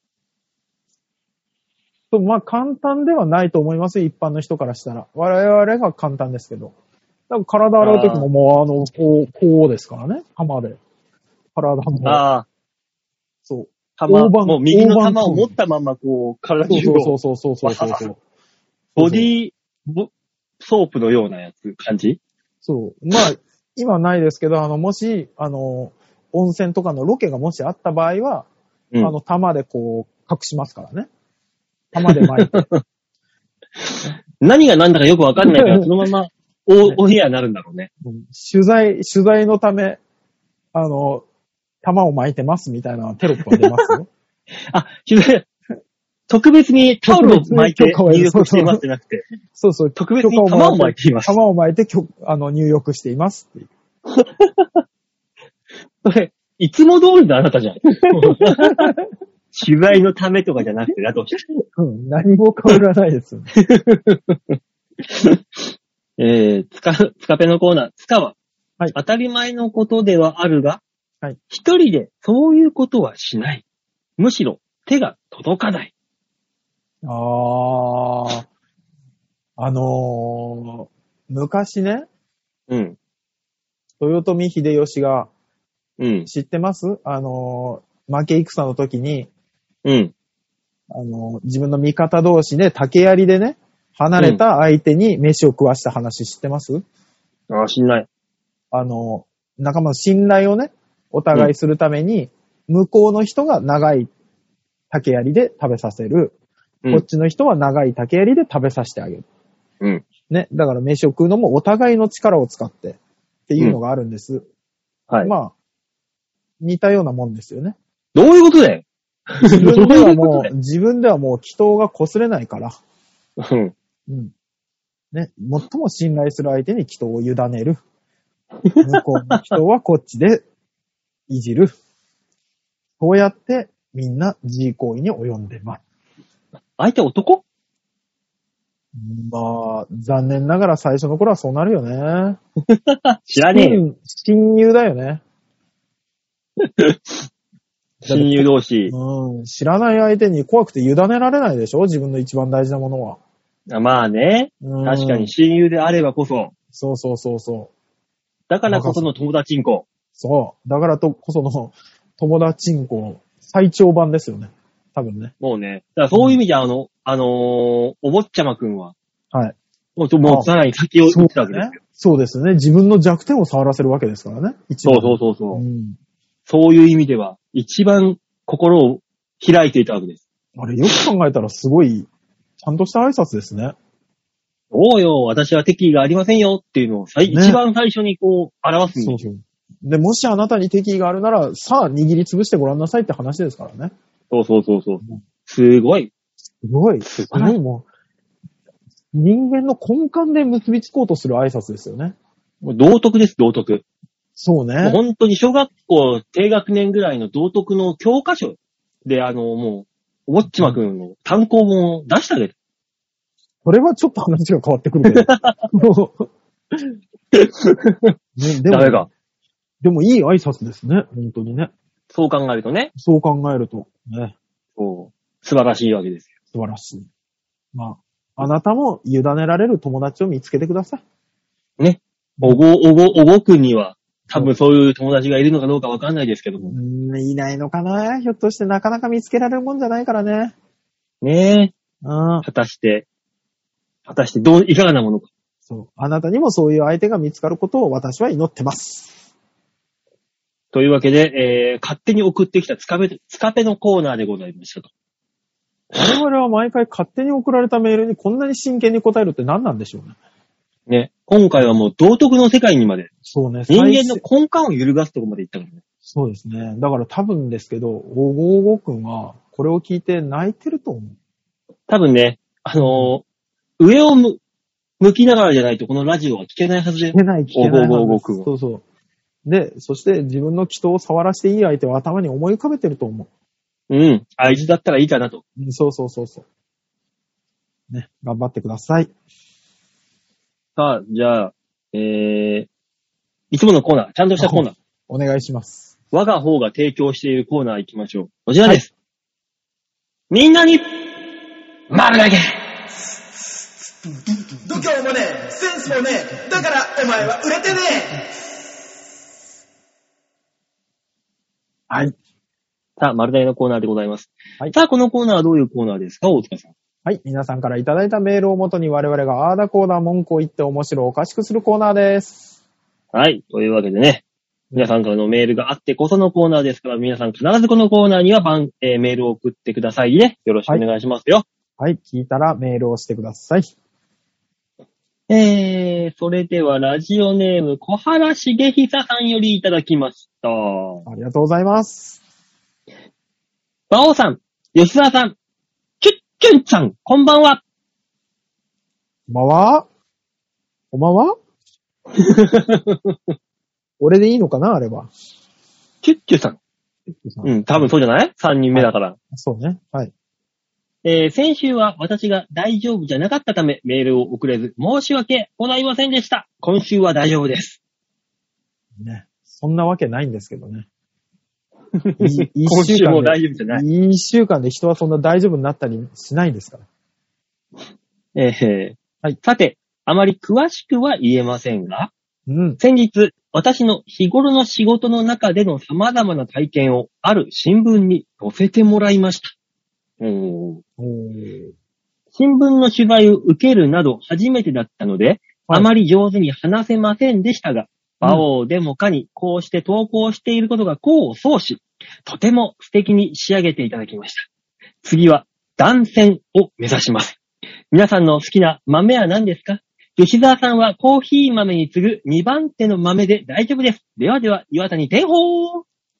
まあ簡単ではないと思います、一般の人からしたら。我々が簡単ですけど。だから体洗うときももうあの、こう、こうですからね、浜で。 体も。 ああ。 そう。 玉、もう右の玉を持ったまま、こう、体中を。 そうそうそうそうそうそう。 ボディーソープのようなやつ、感じ？ そう。まあ、今はないですけど、あの、もし、あの、温泉とかのロケがもしあった場合は、うん、あの、玉でこう、隠しますからね。玉で巻いて。 何が何だかよくわかんないから、そのままオ、オンエアになるんだろうね。 取材、取材のため、あの、玉を巻いてますみたいなテロップが出ますよ。 あ、取材、特別にタオルを巻いて入浴していますってなくて。 そうそう。 特別に玉を巻いています。 玉を巻いて、あの、入浴していますっていう。 それ、いつも通りのあなたじゃん。取材のためとかじゃなくて、だとして。 うん、何も変わらないです。 えー、つか、つかぺのコーナー、つかは、 はい、 当たり前のことではあるが、 はい、 一人でそういうことはしない。むしろ手が届かない。 あー、あのー、昔ね、 うん。 豊臣秀吉が、 うん。 知ってます？あのー、負け戦の時に、 うん。 あのー、自分の味方同士で竹槍でね、離れた相手に飯を食わした話知ってます？うん、 ああ、知んない。 あのー、仲間の信頼をね、お互いするために、うん、向こうの人が長い竹槍で食べさせる。うん、こっちの人は長い竹槍で食べさせてあげる。 うん。 ね。だから飯を食うのもお互いの力を使ってっていうのがあるんです。うん、 はい。 まあ、似たようなもんですよね。 どういうことだよ。 自分ではもう、自分ではもう祈祷が擦れないから。 うん。 うん。ね。最も信頼する相手に祈祷を委ねる。向こうの人はこっちでいじる。こうやってみんな自慰行為に及んでます。 相手男？ まあ、残念ながら最初の頃はそうなるよね。 知らねえよ。 親友だよね。 親友同士。 うん。知らない相手に怖くて委ねられないでしょ？自分の一番大事なものは。 まあね。確かに親友であればこそ。 そうそうそうそう。 だからこその友達んこ。 そう。だからこその友達んこ最長版ですよね。多分ね。 もうね。だからそういう意味で、うん、あの、あのー、お坊ちゃまくんは。 はい。 もう、もうさらに先を行ってたわけですよ。 そうですね。自分の弱点を触らせるわけですからね。 一番そうそうそうそう、 うん。 そういう意味では、一番心を開いていたわけです。 あれ、よく考えたらすごい、ちゃんとした挨拶ですね。 おうよ、私は敵意がありませんよっていうのを、ね、一番最初にこう、表すんですよ。そうそう。で、もしあなたに敵意があるなら、さあ握りつぶしてごらんなさいって話ですからね。 そうそうそうそう。すごい。 すごい。すごい。もう、人間の根幹で結びつこうとする挨拶ですよね。 もう道徳です、道徳。 そうね。 もう本当に小学校低学年ぐらいの道徳の教科書で、あの、もう、ウォッチマくんの単行本を出してあげる。 それはちょっと話が変わってくるけど。ね、でも、 ダメか。 でもいい挨拶ですね、本当にね。 そう考えるとね。 そう考えると。ね。 そう。素晴らしいわけですよ。 素晴らしい。まあ、あなたも委ねられる友達を見つけてください。 ね。おご、おご、おごくんには、多分そういう友達がいるのかどうかわかんないですけども。 うーん、いないのかな？ひょっとしてなかなか見つけられるもんじゃないからね。 ねえ。 うん。 果たして、果たしてどう、いかがなものか。 そう。あなたにもそういう相手が見つかることを私は祈ってます。 というわけで、えー、勝手に送ってきたつかぺ、つかぺのコーナーでございましたと。 我々は毎回勝手に送られたメールにこんなに真剣に答えるって何なんでしょうね。 ね。今回はもう道徳の世界にまで。 そうね。 人間の根幹を揺るがすところまで行ったからね。 そうですね。だから多分ですけど、おごおごくんはこれを聞いて泣いてると思う。 多分ね、あのー、上を向、向きながらじゃないとこのラジオは聞けないはずで。 聞けない、聞けないはず。 おごおごくんは。 そうそう。で、そして自分の祈祷を触らせていい相手を頭に思い浮かべてると思う。うん。あいつだったらいいかなと。 うん、そうそうそうそう。ね、頑張ってください。 さあ、じゃあ、えー、いつものコーナー、ちゃんとしたコーナー。 お願いします。 我が方が提供しているコーナー行きましょう。こちらです。はい、みんなに、丸投げ度胸もねえ、センスもねえ、だからお前は売れてねえ。 はい。 さあ、丸大のコーナーでございます。 はい。 さあ、このコーナーはどういうコーナーですか、大塚さん。 はい。皆さんからいただいたメールをもとに我々があーだこーだ文句を言って面白おかしくするコーナーです。 はい。というわけでね、皆さんからのメールがあってこそのコーナーですから、皆さん必ずこのコーナーには番、えー、メールを送ってくださいね。よろしくお願いしますよ。 はい。はい。聞いたらメールをしてください。 えー、それではラジオネーム小原茂久さんよりいただきました。 ありがとうございます。 馬王さん、吉沢さん、キュッキュンさん、こんばんは。 こんばんは。こんばんは俺でいいのかなあれは。 キュッキュさん。うん、多分そうじゃない ?さん 人目だから、はい。 そうね。はい。 えー、先週は私が大丈夫じゃなかったためメールを送れず申し訳ございませんでした。今週は大丈夫です。 ね。そんなわけないんですけどね。 今週も大丈夫じゃない。 一週間で人はそんな大丈夫になったりしないんですから。 えー、はい。さて、あまり詳しくは言えませんが、 うん、 先日、私の日頃の仕事の中での様々な体験をある新聞に載せてもらいました。おー新聞の取材を受けるなど初めてだったので、はい、あまり上手に話せませんでしたが、馬王でもかにこうして投稿していることが功を奏し、とても素敵に仕上げていただきました。次は断線を目指します。皆さんの好きな豆は何ですか？吉沢さんはコーヒー豆に次ぐにばん手の豆で大丈夫です。ではでは、岩谷天宝。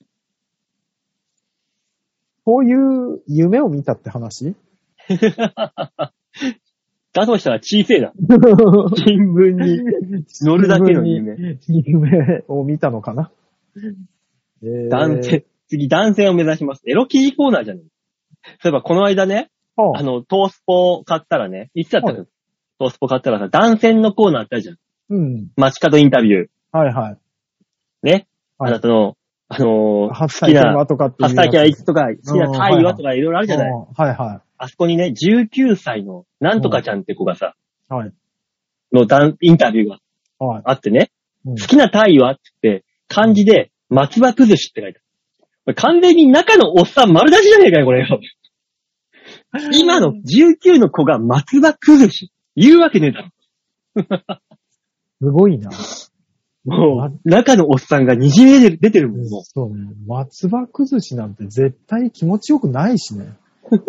こういう夢を見たって話だとしたら小せえな。新聞に載るだけの夢。 夢を見たのかな、 えー、男性、次男性を目指します。エロ記事コーナーじゃない。そういえばこの間ね、はあ、あの、トースポ買ったらね、いつだったか、はい、トースポ買ったらさ、男性のコーナーあったじゃん。 うん。 街角インタビュー。 はいはい。 ね。はい、あなたの、あのー、 初体験はとかって初体験はいつとか、好きな体位はとかいろいろあるじゃない。 はいはい。 あそこにね、じゅうきゅうさいのなんとかちゃんって子がさ、 はい。 のインタビューがあってね、はい、好きな体位はって言って、漢字で松葉崩しって書いてある。これ完全に中のおっさん丸出しじゃねえかよ、これよ。今のじゅうきゅうの子が松葉崩し言うわけねえだろ。 すごいな。 もう、中のおっさんが滲み出てるもん、もう。 そうね。松葉崩しなんて絶対気持ちよくないしね。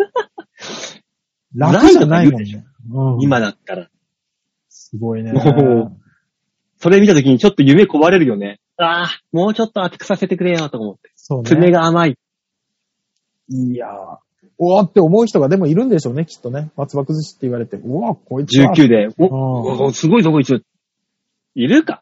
楽じゃないもんね。 うん、今だったら。 すごいね。 もう、それ見たときにちょっと夢こばれるよね。ああ、もうちょっと熱くさせてくれよと思って。そうね。爪が甘い。 いやー。おーって思う人がでもいるんでしょうね、きっとね。松葉崩しって言われて。うわ、こいつは。じゅうきゅうで。お、おすごいぞ、こいつ。いるか。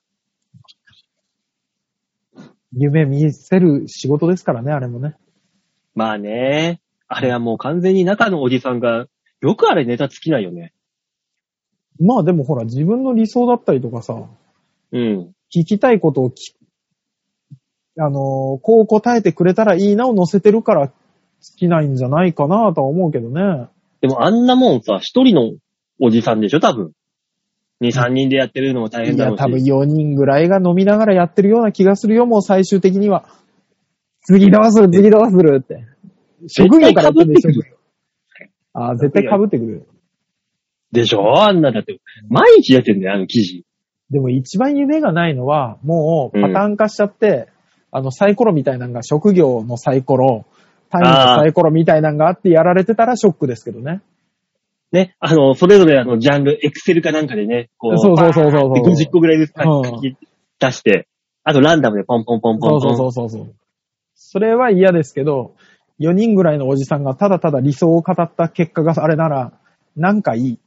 夢見せる仕事ですからね、あれもね。 まあね。あれはもう完全に中のおじさんが、よくあれネタ尽きないよね。 まあでもほら、自分の理想だったりとかさ。 うん。 聞きたいことを聞あのー、こう答えてくれたらいいなを載せてるから尽きないんじゃないかなとは思うけどね。 でもあんなもんさ、一人のおじさんでしょ、多分。二、三人でやってるのも大変だろうし。 いや、多分よにんぐらいが飲みながらやってるような気がするよ、もう最終的には。次どうする、次どうするって。職業からやってるんでしょ。ああ、絶対被ってくる。 でしょあんな、だって、毎日やってんだよ、あの記事。 でも一番夢がないのは、もうパターン化しちゃって、うん、あのサイコロみたいなのが職業のサイコロ、単位のサイコロみたいなのがあってやられてたらショックですけどね。 ね、あの、それぞれあの、ジャンル、エクセルかなんかでね、こう、 そうそうそうそう。 ごじゅっこぐらいずつ書き出して、あとランダムでポンポンポンポンポン。 そうそうそうそう。それは嫌ですけど、よにんぐらいのおじさんがただただ理想を語った結果があれなら、なんかいい。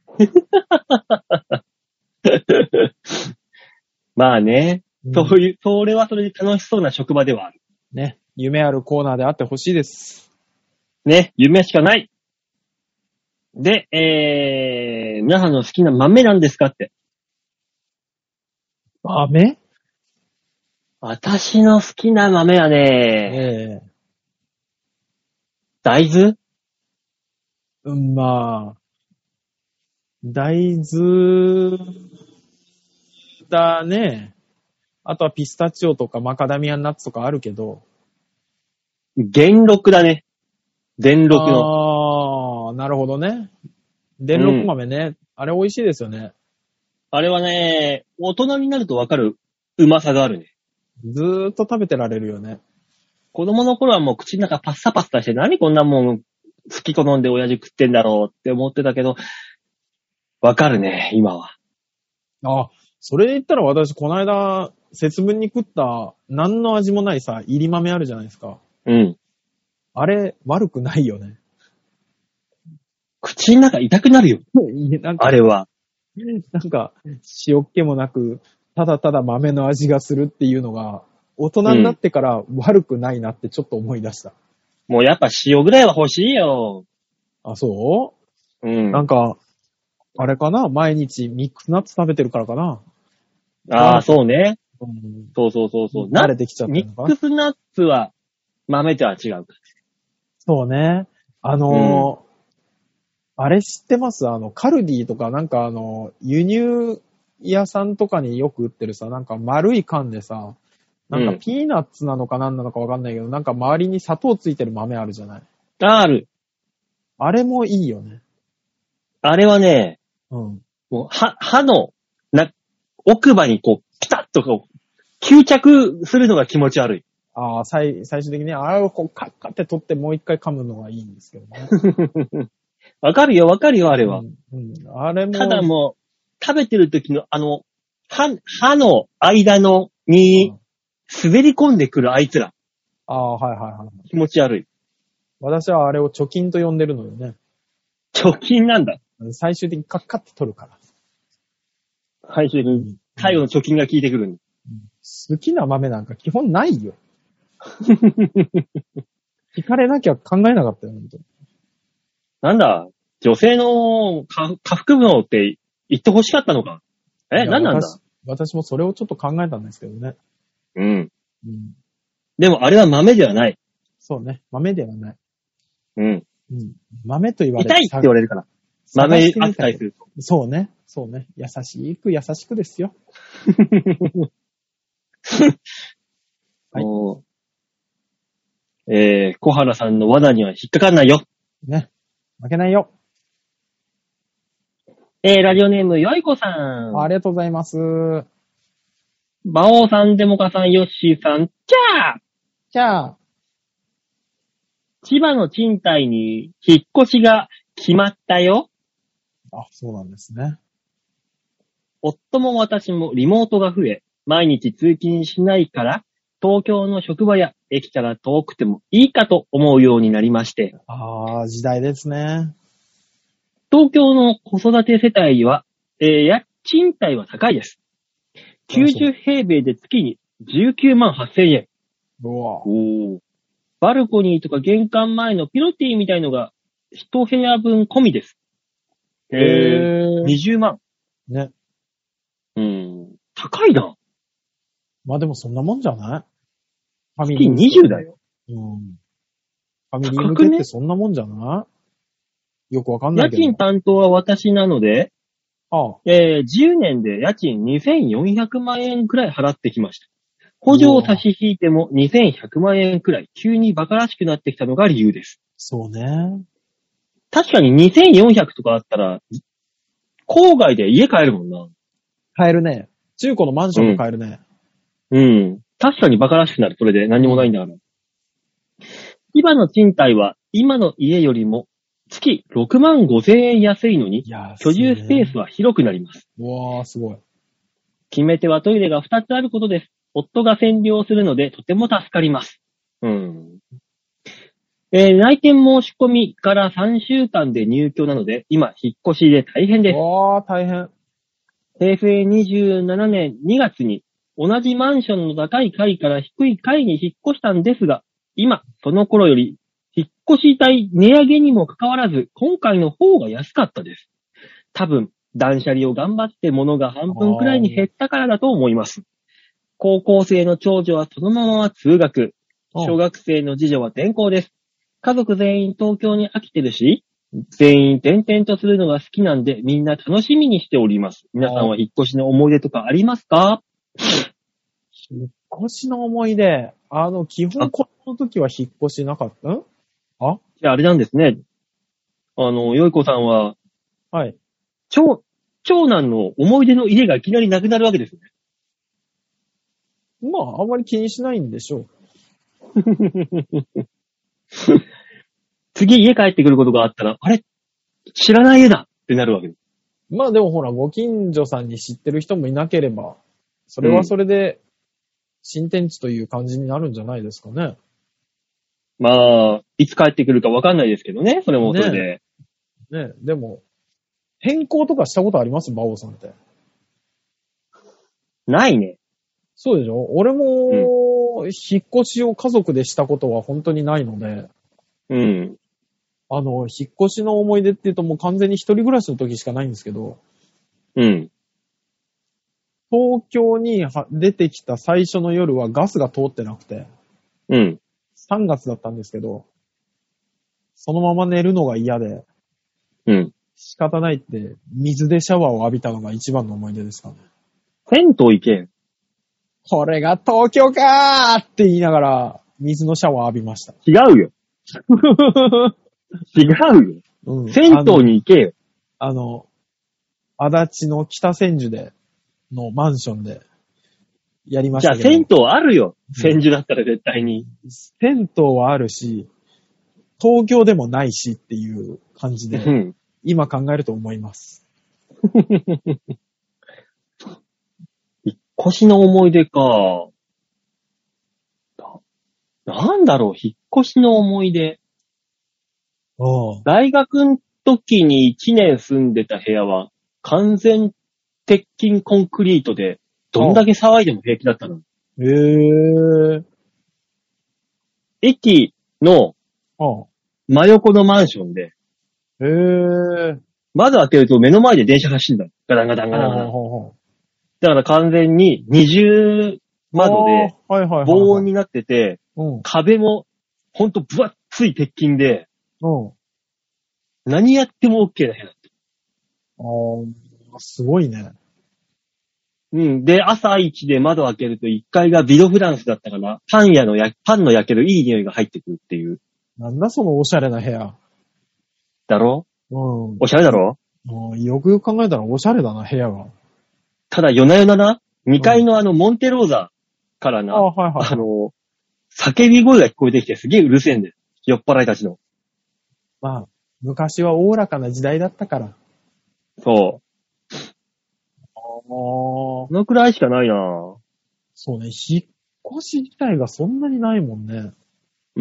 まあね、うん、そういう、それはそれで楽しそうな職場ではある。 ね、夢あるコーナーであってほしいです。 ね、夢しかない。で、えー、皆さんの好きな豆なんですかって。 豆？ 私の好きな豆はね、えー、大豆？ うん、まあ、大豆だね。あとはピスタチオとかマカダミアンナッツとかあるけど、 元禄だね。元禄の。 あー、なるほどね。元禄豆ね、うん。あれ美味しいですよね。 あれはね、大人になるとわかるうまさがあるね。 ずーっと食べてられるよね。 子供の頃はもう口の中パッサパッサして何こんなもん好き好んで親父食ってんだろうって思ってたけど、わかるね、今は。 あ、それで言ったら私この間節分に食った何の味もないさ、入り豆あるじゃないですか。 うん。 あれ悪くないよね。 口の中痛くなるよ。なんかあれは。 なんか塩っ気もなく、ただただ豆の味がするっていうのが、大人になってから悪くないなってちょっと思い出した。 うん、もうやっぱ塩ぐらいは欲しいよ。 あ、そう？うん。なんか、あれかな？毎日ミックスナッツ食べてるからかな？ ああ、そうね、うん。そうそうそうそう。 慣れてきちゃったのかな？ ミックスナッツは豆とは違う。 そうね。あのー、うん、あれ知ってます？あの、カルディとかなんかあの、輸入屋さんとかによく売ってるさ、なんか丸い缶でさ、なんかピーナッツなのか何なのかわかんないけど、うん、なんか周りに砂糖ついてる豆あるじゃない？ ある。 あれもいいよね。 あれはね、 うん。 もう歯、歯の、な、奥歯にこう、ピタッとこう、吸着するのが気持ち悪い。 ああ、最、最終的にあれをこう、カッカって取ってもう一回噛むのがいいんですけどね。 わかるよ、わかるよ、あれは。 うん、うん。あれも。 ただもう、食べてる時のあの、歯、歯の間の、に、滑り込んでくるあいつら。 ああ、はいはいはい。 気持ち悪い。 私はあれを貯金と呼んでるのよね。 貯金なんだ。 最終的にカッカって取るから。 最終的に最後の貯金が効いてくる、うん。 好きな豆なんか基本ないよ。聞かれなきゃ考えなかったよ、本当に。 なんだ、女性の下腹部のって言って欲しかったのか。え、なんなんだ私。私もそれをちょっと考えたんですけどね。 うん。うん、でもあれは豆ではない。 そうね、豆ではない。 うん。 うん、豆と言われる。 痛いって言われるから。豆扱いすると。 そうね。そうね。優しく優しくですよ。 はい。えー、小原さんの罠には引っかかんないよ。 ね。負けないよ。 えー、ラジオネーム、よいこさん。 ありがとうございます。 馬王さん、デモカさん、ヨッシーさん、チャーチャー千葉の賃貸に引っ越しが決まったよ。 あ、そうなんですね。 夫も私もリモートが増え、毎日通勤しないから、東京の職場や駅から遠くてもいいかと思うようになりまして。 ああ、時代ですね。 東京の子育て世帯は、えー、家賃貸は高いです。きゅうじゅう平米で月にじゅうきゅうまんはっせんえん。 うわおバルコニーとか玄関前のピロティみたいのが一部屋分込みです。へー。にじゅうまん。 ね。 うーん。高いな。 まあでもそんなもんじゃない？ファミリー。月にじゅうだよ。 うん。ファミリー向けってそんなもんじゃない？よくわかんないけど。 家賃担当は私なので、 ああえー、じゅうねんで家賃にせんよんひゃくまんえんくらい払ってきました。補助を差し引いてもにせんひゃくまんえんくらい急にバカらしくなってきたのが理由です。 そうね。 確かににせんよんひゃくとかあったら、郊外で家買えるもんな。 買えるね。中古のマンションも買えるね。 うん。うん、確かにバカらしくなる。それで何もないんだから。今の賃貸は今の家よりも月ろくまんごせんえん安いのに、居住スペースは広くなります。 うわー、すごい。 決め手はトイレがふたつあることです。夫が占領するのでとても助かります。うん。えー、内見申し込みからさんしゅうかんで入居なので、今引っ越しで大変です。 わー、大変。 へいせいにじゅうななねんにがつに同じマンションの高い階から低い階に引っ越したんですが、今、その頃より引っ越し代値上げにもかかわらず、今回の方が安かったです。多分、断捨離を頑張って物が半分くらいに減ったからだと思います。高校生の長女はそのまま通学。小学生の次女は転校です。家族全員東京に飽きてるし、全員転々とするのが好きなんで、みんな楽しみにしております。皆さんは引っ越しの思い出とかありますか？ 引っ越しの思い出。 あの、基本この時は引っ越しなかった？んあいや、あれなんですね。あの、よいこさんは、 はい。 長、長男の思い出の家がいきなりなくなるわけですね。 まあ、あんまり気にしないんでしょう。 次家帰ってくることがあったら、あれ知らない家だってなるわけです。 まあでもほら、ご近所さんに知ってる人もいなければ、それはそれで、新天地という感じになるんじゃないですかね。 まあ、いつ帰ってくるかわかんないですけどね、それもそれで。 ね、ね、でも、変更とかしたことあります？馬王さんって。 ないね。 そうでしょ？俺も、うん、引っ越しを家族でしたことは本当にないので、 うん。 あの、引っ越しの思い出って言うともう完全に一人暮らしの時しかないんですけど、 うん。 東京に出てきた最初の夜はガスが通ってなくて、 うん。 さんがつだったんですけど、そのまま寝るのが嫌で、 うん。 仕方ないって、水でシャワーを浴びたのが一番の思い出ですかね。 銭湯行け。 これが東京かーって言いながら、水のシャワー浴びました。 違うよ。違うよ。うん、銭湯に行けよ。 あの、足立の北千住で、のマンションで、やりましたけど。 じゃあ銭湯あるよ。千住だったら絶対に。 銭湯はあるし、東京でもないしっていう感じで、うん、今考えると思います。 引っ越しの思い出か。なんだろう、引っ越しの思い出。大学の時にいちねん住んでた部屋は完全鉄筋コンクリートでどんだけ騒いでも平気だったの。 へー。 駅の真横のマンションで、 へー。 窓開けると目の前で電車走るんだ。ガタンガタンガタンガタン。だから完全に二重窓で防音になってて、壁もほんと分厚い鉄筋で、 うん、 何やっても OK な部屋だった。 ああ、すごいね。 うん。で、朝一で窓開けるといっかいがビドフランスだったから、パン屋のや、パンの焼けるいい匂いが入ってくるっていう。 なんだそのおしゃれな部屋。 だろ？うん。おしゃれだろ？ うん、よくよく考えたらおしゃれだな、部屋が。 ただ夜な夜なな、にかいのあの、モンテローザからな、 あ、はいはい、 あの、叫び声が聞こえてきてすげえうるせえんだよ。酔っ払いたちの。 まあ、昔はおおらかな時代だったから。 そう。このくらいしかないなぁ。 そうね、引っ越し自体がそんなにないもんね。 うん。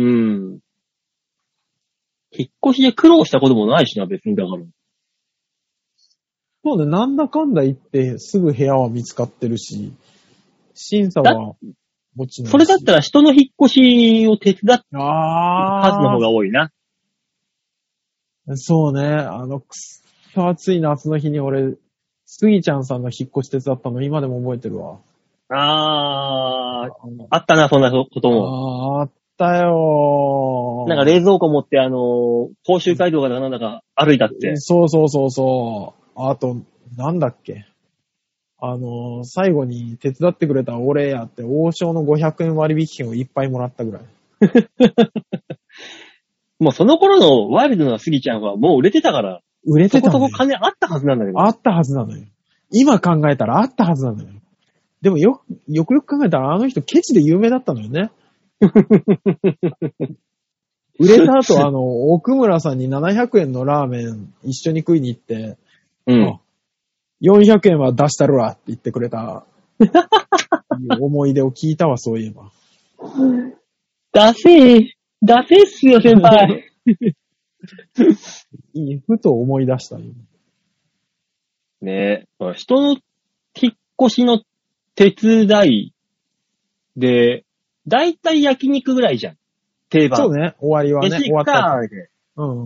引っ越しで苦労したこともないしな、別にだから。 そうね、なんだかんだ言ってすぐ部屋は見つかってるし、審査はもちろん。それだったら人の引っ越しを手伝って数の方が多いな。 そうね、あの、くっそ暑い夏の日に俺、スギちゃんさんの引っ越し手伝ったの今でも覚えてるわ。 あー、あったな、そんなことも。 あー、あったよー。 なんか冷蔵庫持ってあのー、甲州街道からなんだか歩いたって。 そうそうそうそう。あと、なんだっけ。あのー、最後に手伝ってくれたお礼やって、王将のごひゃくえん割引券をいっぱいもらったぐらい。 もうその頃のワイルドなスギちゃんはもう売れてたから。 売れてた、ね。 そこそこ金あったはずなんだけど。 あったはずなのよ。今考えたらあったはずなのよ。でもよ、よくよく考えたらあの人ケチで有名だったのよね。売れた後、あの、奥村さんにななひゃくえんのラーメン一緒に食いに行って、 うん。 よんひゃくえんは出したるわって言ってくれた思い出を聞いたわ、そういえば。 ダセー。ダセーっすよ、先輩。 いい、ふと思い出したよ。 ねえ。人の引っ越しの手伝いで、だいたい焼肉ぐらいじゃん。定番。 そうね、終わりはね。終わった。 うん。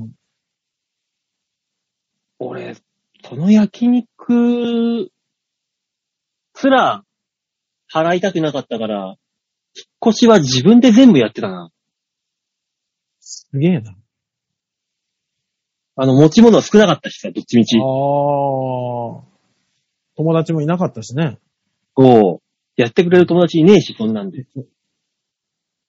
俺、その焼肉すら払いたくなかったから、引っ越しは自分で全部やってたな。 すげえな。 あの、持ち物は少なかったしさ、どっちみち。ああ。 友達もいなかったしね。 そう。やってくれる友達いねえし、そんなんで。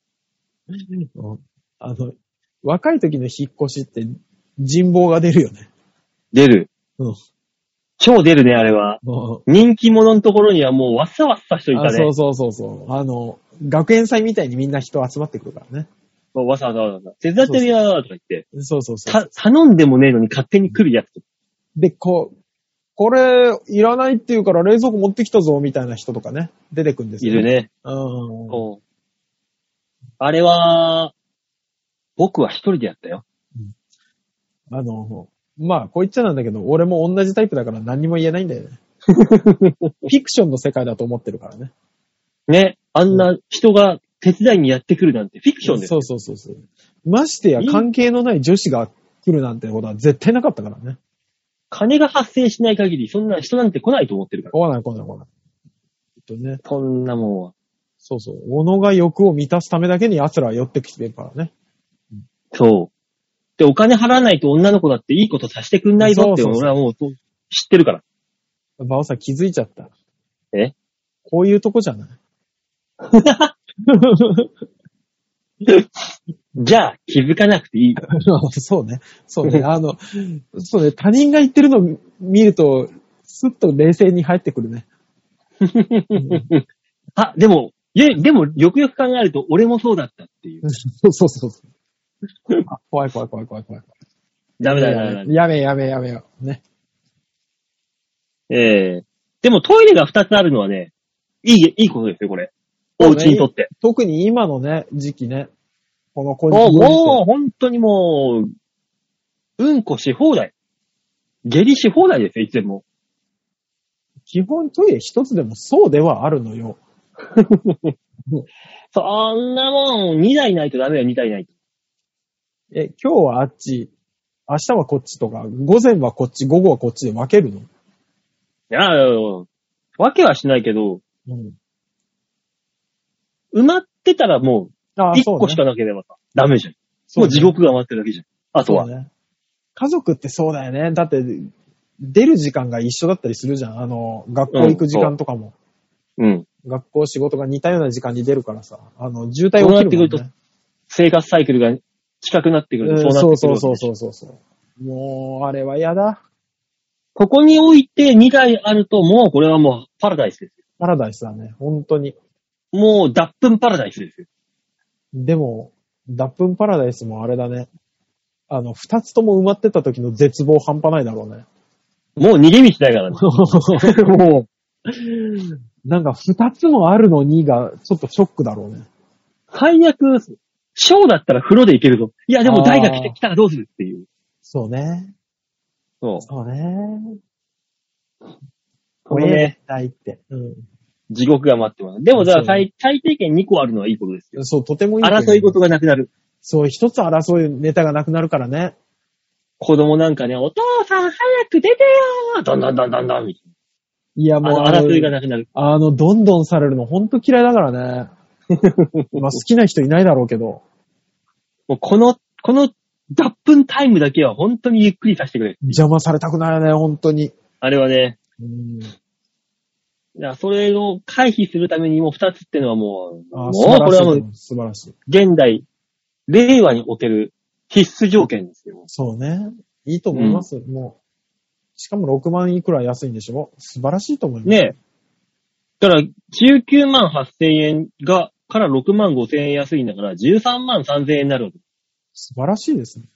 あの、若い時の引っ越しって人望が出るよね。 出る。 うん。 超出るね、あれは。 うん、 人気者のところにはもうわっさわっさ人いたね。 あ、そうそうそうそう。あの、学園祭みたいにみんな人集まってくるからね。 わざわざわざ。手伝ってみよーとか言って。 そうそうそう。 た、頼んでもねえのに勝手に来るやつ。 で、こう、これ、いらないって言うから冷蔵庫持ってきたぞ、みたいな人とかね、出てくるんですよ、ね。 いるね。 うん。 そう。あれは、僕は一人でやったよ。 うん、あの、まあ、こう言っちゃなんだけど、俺も同じタイプだから何にも言えないんだよね。フィクションの世界だと思ってるからね。 ね。あんな人が手伝いにやってくるなんてフィクションです。 そうそうそうそう。ましてや関係のない女子が来るなんてことは絶対なかったからね。 金が発生しない限り、そんな人なんて来ないと思ってるから。 来ない来ない来ない。えっとね。 そんなもんは。 そうそう。己が欲を満たすためだけに奴らは寄ってきてるからね。 そう。で、お金払わないと女の子だっていいことさせてくんないぞって俺はもう知ってるから。 バオさん気づいちゃった。 え？ こういうとこじゃないじゃあ、気づかなくていい。 そうね。そうね。あの、そうね。他人が言ってるのを見ると、スッと冷静に入ってくるね。うん、 あ、でも、いや、でも、よくよく考えると、俺もそうだったっていう。 そうそうそうそう。怖い怖い怖い怖い怖い。 ダメだダメだ。 やめやめやめよ。ね。 ええー。でもトイレが二つあるのはね、いい、いいことですよ、これ。お家にとって。 特に今のね、時期ね。この子供もう、本当にもう、うんこし放題。下痢し放題ですよ、いつでも。 基本トイレ一つでもそうではあるのよ。 そんなもん、二台ないとダメよ、二台ないと。 え、今日はあっち、明日はこっちとか、午前はこっち、午後はこっちで分けるの？いや、分けはしないけど、うん、埋まってたらもう、一個しかなければさ、ね、ダメじゃん。もう地獄が待ってるだけじゃん。あとは、ね。 家族ってそうだよね。だって、出る時間が一緒だったりするじゃん。あの、学校行く時間とかも。 うん。 学校仕事が似たような時間に出るからさ。あの、渋滞起きるもんね。そうなってくると、 生活サイクルが近くなってくると、そうなってくる、 そうそうそうそうそうそう。もう、あれは嫌だ。 ここに置いてにだいあると、もうこれはもうパラダイスですよ。 パラダイスだね。本当に。 もう脱粉パラダイスですよ。 でも、脱粉パラダイスもあれだね。あの、二つとも埋まってた時の絶望半端ないだろうね。 もう逃げ道ないからね。 もう、なんか二つもあるのにが、ちょっとショックだろうね。 最悪、ショーだったら風呂で行けるぞ。いや、でも大が来てきたらどうするっていう。 そうね。 そう。 そうね。 これね。 大って。うん。 地獄が待ってます。でも、だから最、最低限にこあるのはいいことですよ。 そう、とてもいい。 争い事がなくなる。 そう、一つ争うネタがなくなるからね。 子供なんかね、お父さん早く出てよーどんどんどんどんどんみたいな。 いや、もうあの、争いがなくなる。 あの、どんどんされるのほんと嫌いだからね。まあ、好きな人いないだろうけど。 もうこの、この脱粉タイムだけは本当にゆっくりさせてくれ。 邪魔されたくないよね、本当に。 あれはね。 うん。 いや、それを回避するためにも二つってのはもう、 あもうこれはもう、 素晴らしい。 現代、令和における必須条件ですよ。 そうね。いいと思います。うん、もう。しかもろくまんいくら安いんでしょ？素晴らしいと思います。 ねえ。だから、じゅうきゅうまんはっせんえんが、からろくまんごせんえん安いんだから、じゅうさんまんさんぜんえんになるわけ。 素晴らしいですね。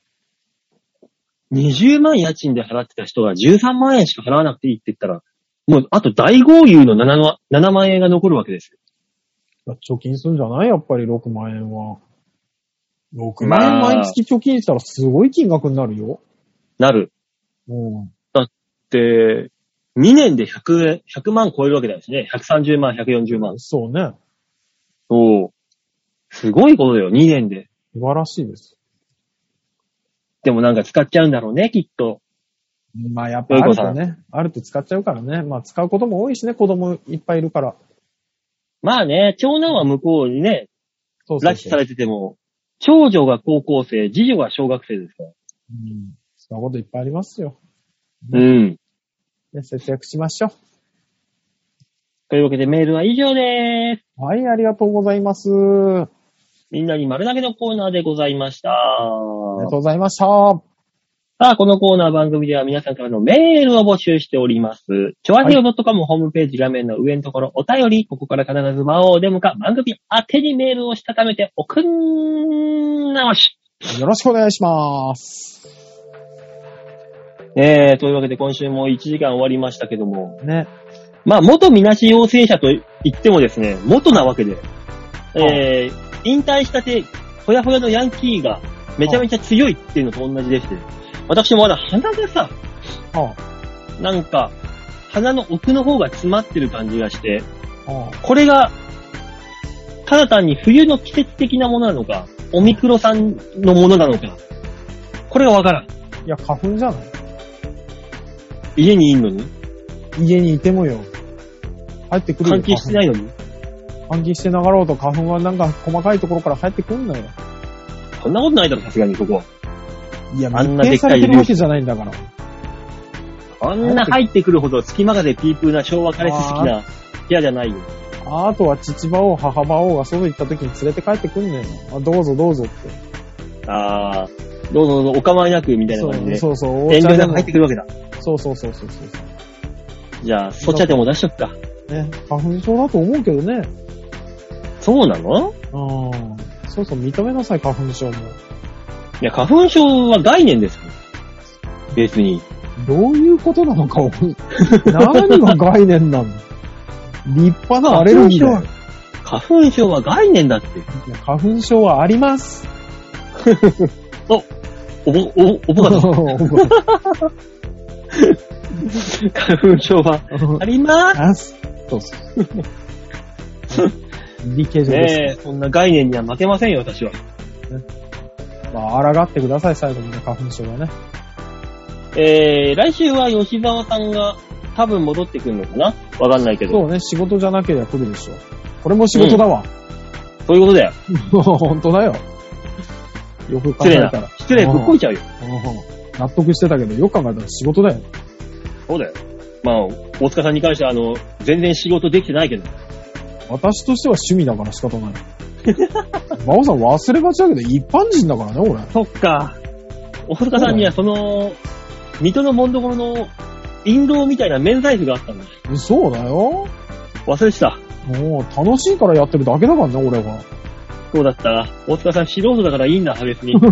にじゅうまん家賃で払ってた人がじゅうさんまんえんしか払わなくていいって言ったら、もう、あと大豪遊の 7, 7万円が残るわけですよ。貯金するんじゃない？やっぱりろくまんえんは。ろくまんえん毎月貯金したらすごい金額になるよ。 なる。 うん。 だって、にねんでひゃく、ひゃくまん超えるわけだしね。ひゃくさんじゅうまん、ひゃくよんじゅうまん。 そうね。 そう。すごいことだよ、にねんで。 素晴らしいです。 でもなんか使っちゃうんだろうね、きっと。 まあやっぱあるとね、あると使っちゃうからね。まあ使うことも多いしね、子供いっぱいいるから。 まあね、長男は向こうにね、 そうそうそう拉致されてても、長女が高校生、次女が小学生ですから。 うん。使うこといっぱいありますよ。 うん。 ね、節約しましょう。 というわけでメールは以上でーす。 はい、ありがとうございます。 みんなに丸投げのコーナーでございました。 ありがとうございました。 さあ、このコーナー番組では皆さんからのメールを募集しております。ちょわひよ .com ホームページ画面の上のところ、お便り、ここから必ず魔王デモか番組宛てにメールをしたためておくんなおし。 よろしくお願いします。 えー、というわけで今週もいちじかん終わりましたけども。 ね。 まあ、元みなし陽性者と言ってもですね、元なわけで、えー、引退したて、ほやほやのヤンキーがめちゃめちゃ強いっていうのと同じでして、私もまだ鼻がさ、なんか、鼻の奥の方が詰まってる感じがして、これが、ただ単に冬の季節的なものなのか、オミクロさんのものなのか、これがわからん。 いや、花粉じゃない？ 家にいんのに？ 家にいてもよ。入ってくるよ。 換気してないのに？ 換気してながらうと花粉はなんか細かいところから入ってくんのよ。 そんなことないだろ、さすがにここ。 いや、密閉されてるわけじゃないんだから。 あんな入ってくるほど隙間風ピープーな昭和カレス好きな部屋じゃないよ。 あ, あとは父場王、母場王が外行った時に連れて帰ってくんのよ。あ、どうぞどうぞって。 ああ、どうぞどうぞお構いなくみたいな感じで。 そうそうそう。 遠慮なく入ってくるわけだ。 そうそうそうそうそう。 じゃあ、そっちゃでも出しとくか。 ね、花粉症だと思うけどね。 そうなの？ うん。そうそう、認めなさい、花粉症も。 いや、花粉症は概念ですよ。別に。 どういうことなのか、何が概念なの？立派なアレルギーだよ。 花粉症は概念だって。いや、花粉症はあります。 お、おぼ、お、おぼかった。花粉症はあります。 そうそう。理系上です。 ねえ、そんな概念には負けませんよ、私は。ね、 まあ、抗ってください、最後にね、花粉症はね。 えー、来週は吉沢さんが多分戻ってくるのかな？わかんないけど。 そうね、仕事じゃなければ来るでしょう。これも仕事だわ。 うん、そういうことだよ。 本当だよ。よく考えたら。 失礼、ぶっこいちゃうよ。 納得してたけど、よく考えたら仕事だよ。 そうだよ。まあ、大塚さんに関しては、あの、全然仕事できてないけど。 私としては趣味だから仕方ない。馬王さん忘れがちだけど、一般人だからね、俺。 そっか。大塚さんにはその、水戸のもんどころの、印籠みたいな免罪符があったんだ。 そうだよ。 忘れてた。 もう、楽しいからやってるだけだからね、俺は。 そうだった。大塚さん素人だからいいんだ、別に。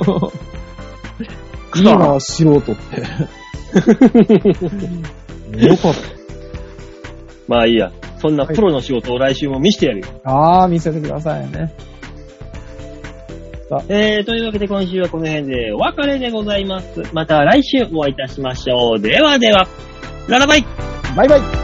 いいな、素人って。よかった。 まあいいや。そんなプロの仕事を来週も見せてやるよ。 ああ、見せてくださいね。 えー、というわけで今週はこの辺でお別れでございます。また来週お会いいたしましょう。ではでは、ララバイ！ バイバイ！